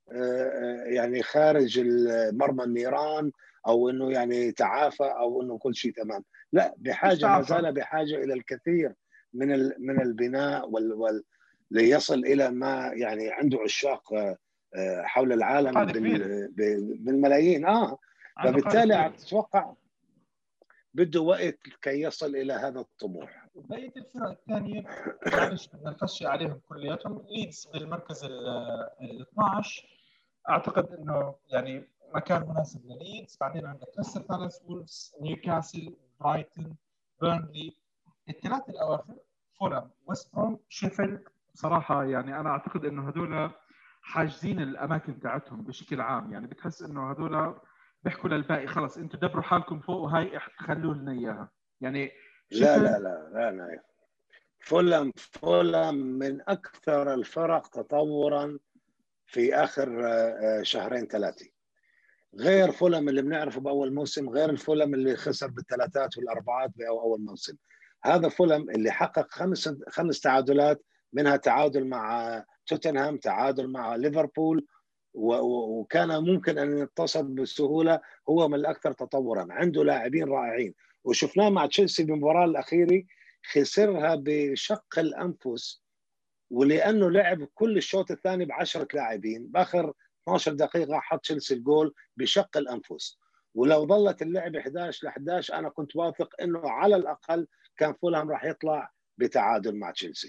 يعني خارج مرمى النيران، او انه يعني تعافى، او انه كل شيء تمام. لا، بحاجه، ما زال بحاجه الى الكثير من من البناء وال, وال ليصل الى ما يعني عنده عشاق حول العالم بالملايين. اه فبالتالي اتوقع بده وقت كي يصل الى هذا الطموح. بقيه الفرق الثانيه معلش بدنا نخشي عليهم كلياتهم. ليدز بالمركز ال اثنعش اعتقد انه يعني مكان مناسب لليدز. بعدين عندك كريستال بالاس، وولفز، نيوكاسل، برايتون، بيرنلي. الثلاث الاواخر فولهام، ويست بروم، شيفيلد. صراحه يعني انا اعتقد انه هذول حاجزين الاماكن تاعتهم بشكل عام، يعني بتحس انه هذول بيحكوا للباقي خلص انتم دبروا حالكم فوق وهاي خلوا لنا اياها يعني. لا لا لا لا لا فولهام فولهام من اكثر الفرق تطورا في اخر شهرين ثلاثه. غير فولهام اللي بنعرفه باول موسم، غير الفولهام اللي خسر بالثلاثات والاربعات باول موسم. هذا فولهام اللي حقق خمس خمس تعادلات، منها تعادل مع توتنهام، تعادل مع ليفربول، وكان ممكن ان يتصل بسهوله. هو من الاكثر تطورا، عنده لاعبين رائعين، وشفناه مع تشيلسي بالمباراه الاخيره خسرها بشق الانفس، ولانه لعب كل الشوط الثاني بعشرة لاعبين، باخر اثنعش دقيقه حط تشيلسي الجول بشق الانفس. ولو ظلت اللعب احد عشر ل احد عشر انا كنت واثق انه على الاقل كان فولهام راح يطلع بتعادل مع تشيلسي.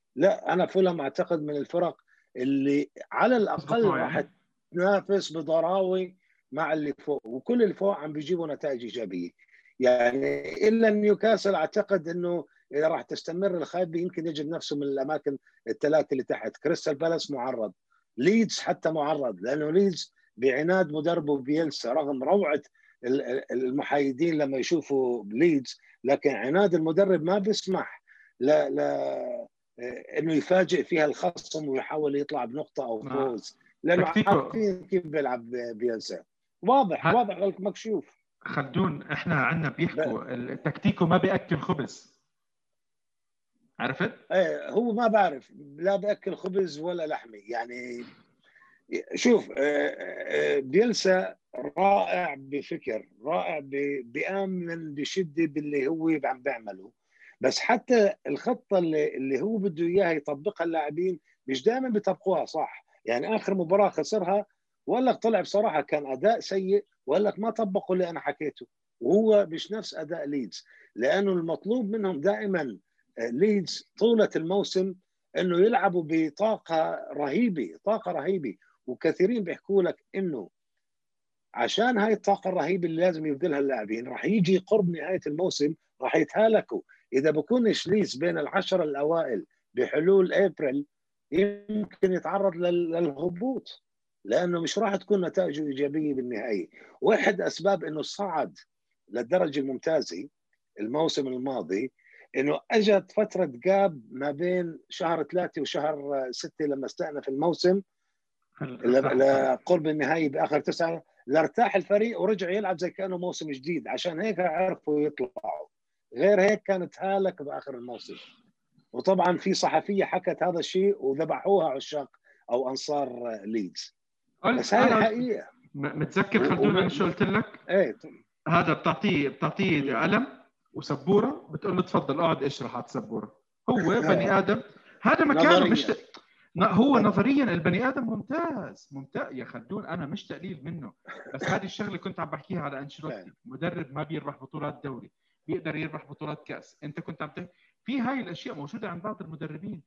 لا انا فولهام اعتقد من الفرق اللي على الاقل راح يعني. تنافس بضراوه مع اللي فوق، وكل اللي فوق عم بيجيبوا نتائج ايجابيه يعني، الا نيوكاسل اعتقد انه اذا راح تستمر الخايبه يمكن يجد نفسه من الاماكن الثلاثه اللي تحت. كريستال بالاس معرض، ليدز حتى معرض، لانه ليدز بعناد مدربه بيلسا رغم روعه المحايدين لما يشوفوا ليدز، لكن عناد المدرب ما بيسمح لا لا انه يفاجئ فيها الخصم ويحاول يطلع بنقطه او فوز، لانه عارفين كيف بيلعب بيلسا. واضح ه... واضح مكشوف. خلدون احنا عندنا بيحكوا التكتيكه ما بياكل خبز، عرفت؟ ايه هو ما بعرف لا باكل خبز ولا لحمه يعني. شوف بيلسا رائع بفكر، رائع بيامن بشده باللي هو عم بيعمله، بس حتى الخطه اللي, اللي هو بده اياها يطبقها اللاعبين مش دائما بيطبقوها صح. يعني اخر مباراه خسرها ولا طلع بصراحه كان اداء سيء، ولا ما طبقوا اللي انا حكيته، وهو مش نفس اداء ليدز، لانه المطلوب منهم دائما ليدز طولة الموسم انه يلعبوا بطاقة رهيبة، طاقة رهيبة. وكثيرين بيحكوا لك انه عشان هاي الطاقة الرهيبة اللي لازم يبذلها اللاعبين راح يجي قرب نهاية الموسم راح يتهالكوا. اذا بكونش ليدز بين العشرة الاوائل بحلول ابريل يمكن يتعرض للهبوط، لانه مش راح تكون نتائجه ايجابية بالنهاية. واحد اسباب انه صعد للدرجة الممتازة الموسم الماضي انه اجت فتره جاب ما بين شهر ثلاثه وشهر سته لما استأنف الموسم لقرب النهائي باخر تسعه، لارتاح الفريق ورجع يلعب زي كانه موسم جديد، عشان هيك عرفوا يطلعوا. غير هيك كانت هالك باخر الموسم. وطبعا في صحفيه حكت هذا الشيء وذبحوها عشاق او انصار ليدز، بس هاي الحقيقه. متذكر خلدون انا شو قلت لك؟ ايه هذا بتعطيه بتعطيه قلم وسبوره بتقول له تفضل اقعد اشرح على السبوره. هو بني ادم هذا مكانه، مش ت... هو نظريا البني ادم ممتاز ممتاز يا خلدون، انا مش تقليل منه، بس هذه الشغله كنت عم بحكيها على انشيلوتي، مدرب ما بيربح بطولات دوري بيقدر يربح بطولات كاس. انت كنت عم تحكي في هاي الاشياء موجوده عند بعض المدربين.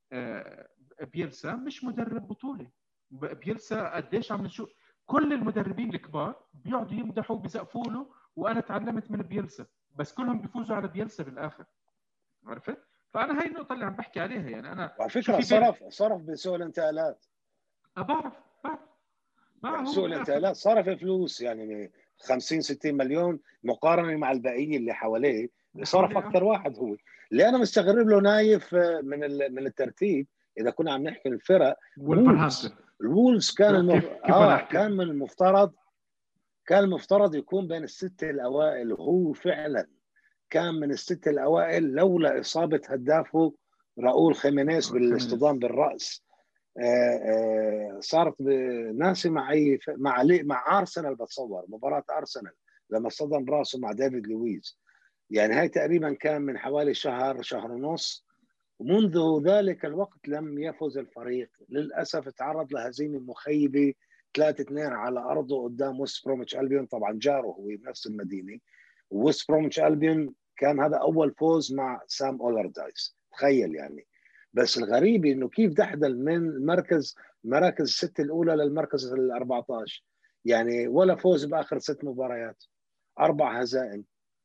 بيلسا مش مدرب بطوله، بيلسا قديش عم نشوف كل المدربين الكبار بيقعدوا يمدحوا بيسقفوا له، وانا تعلمت من بيلسا، بس كلهم بيفوزوا على بيلسا بالاخر، عرفت؟ فانا هاي النقطه اللي عم بحكي عليها يعني. انا على فكره صرف بين... صرف بسوق الانتقالات. أه بعرف بعرف يعني سوق الانتقالات صرف فلوس يعني خمسين ستين مليون مقارنه مع البقيه اللي حواليه، صرف اكثر واحد هو. اللي انا مستغرب له نايف من من الترتيب اذا كنا عم نحكي الفرق. وولفز الوولفز كان المف... كيف كيف آه كان من المفترض كان المفترض يكون بين الستة الأوائل، وهو فعلا كان من الستة الأوائل لولا إصابة هدافه راؤول خيمينيز بالاصطدام بالرأس. آآ آآ صارت ناسي مع أي مع مع أرسنال، بتصور مباراة أرسنال لما اصطدم راسه مع ديفيد لويز، يعني هاي تقريبا كان من حوالي شهر شهر ونص. ومنذ ذلك الوقت لم يفز الفريق، للأسف تعرض لهزيمة مخيبة ثلاثة اثنين على أرضه قدام ويست بروميتش ألبيون، طبعا جاره هو بنفس المدينة. ويست بروميتش ألبيون كان هذا أول فوز مع سام أولردايس، تخيل يعني. بس الغريب إنه كيف دحدل من مركز مراكز الستة الأولى للمركز ال أربعة عشر، يعني ولا فوز بآخر ست مباريات، أربع هزائم،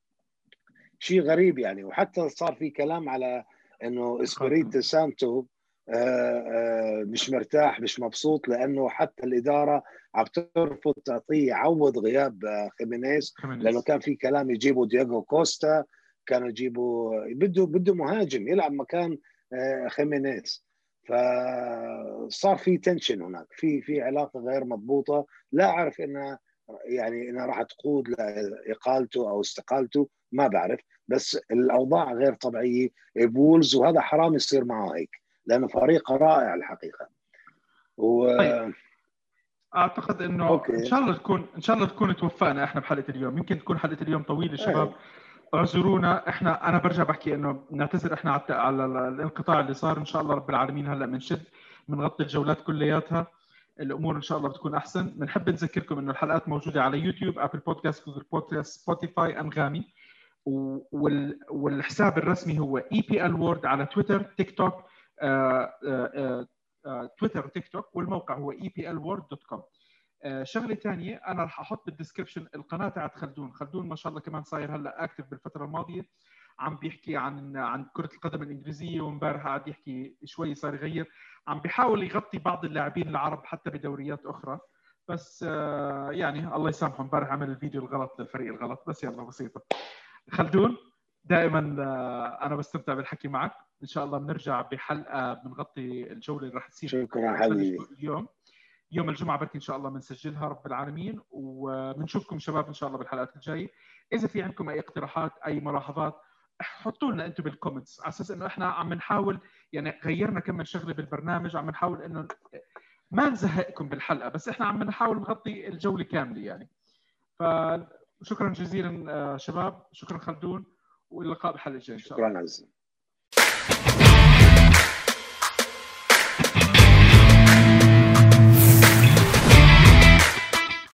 شيء غريب يعني. وحتى صار في كلام على انه اسبيريتو سانتو آآ آآ مش مرتاح مش مبسوط، لانه حتى الاداره عم ترفض تعطيه يعوض غياب خيمينيز، لانه كان في كلام يجيبوا دياغو كوستا، كانوا يجيبوا بده بده مهاجم يلعب مكان خيمينيز. فصار في تنشن هناك، في في علاقه غير مضبوطه، لا اعرف انها يعني انها راح تقود لاقالته او استقالته، ما بعرف، بس الاوضاع غير طبيعيه بولز، وهذا حرام يصير معه هيك لانه فريق رائع الحقيقه. و... طيب. اعتقد انه أوكي. ان شاء الله تكون ان شاء الله تكون توفقنا احنا بحلقه اليوم. يمكن تكون حلقه اليوم طويله شباب، أيه. اعذرونا. احنا انا برجع بحكي انه نعتذر احنا على الانقطاع اللي صار. ان شاء الله رب العالمين هلا بنشد بنغطي الجولات كلياتها، الامور ان شاء الله بتكون احسن. بنحب نذكركم انه الحلقات موجوده على يوتيوب، ابل بودكاست، جوجل بودكاست، سبوتيفاي، انغامي، والحساب الرسمي هو اي بي ال وورد على تويتر، تيك توك، تويتر وتيك توك، والموقع هو اي بي ال وورد دوت كوم. شغله ثانيه انا راح احط بالدسكربشن القناه تاعت خلدون. خلدون ما شاء الله كمان صاير هلا اكتف بالفتره الماضيه، عم بيحكي عن عن كره القدم الانجليزيه، وامبارح قاعد يحكي شوي صار يغير، عم بيحاول يغطي بعض اللاعبين العرب حتى بدوريات اخرى. بس يعني الله يسامحه امبارح عمل الفيديو الغلط للفريق الغلط، بس يلا بسيطه. خلدون دائما انا بستمتع بالحكي معك، ان شاء الله بنرجع بحلقه بنغطي الجوله اللي راح تصير. شكرا حبيبي. اليوم يوم الجمعه بركي ان شاء الله بنسجلها رب العالمين، وبنشوفكم شباب ان شاء الله بالحلقات الجايه. اذا في عندكم اي اقتراحات اي ملاحظات حطوا لنا انتم بالكومنتس، على اساس انه احنا عم نحاول يعني غيرنا كم من شغله بالبرنامج، عم نحاول انه ما نزهقكم بالحلقه، بس احنا عم نحاول نغطي الجوله كامله يعني. فشكرا جزيلا شباب، شكرا خلدون، واللقاء بالحلقه الجايه ان شاء الله. شكرا عزيزي.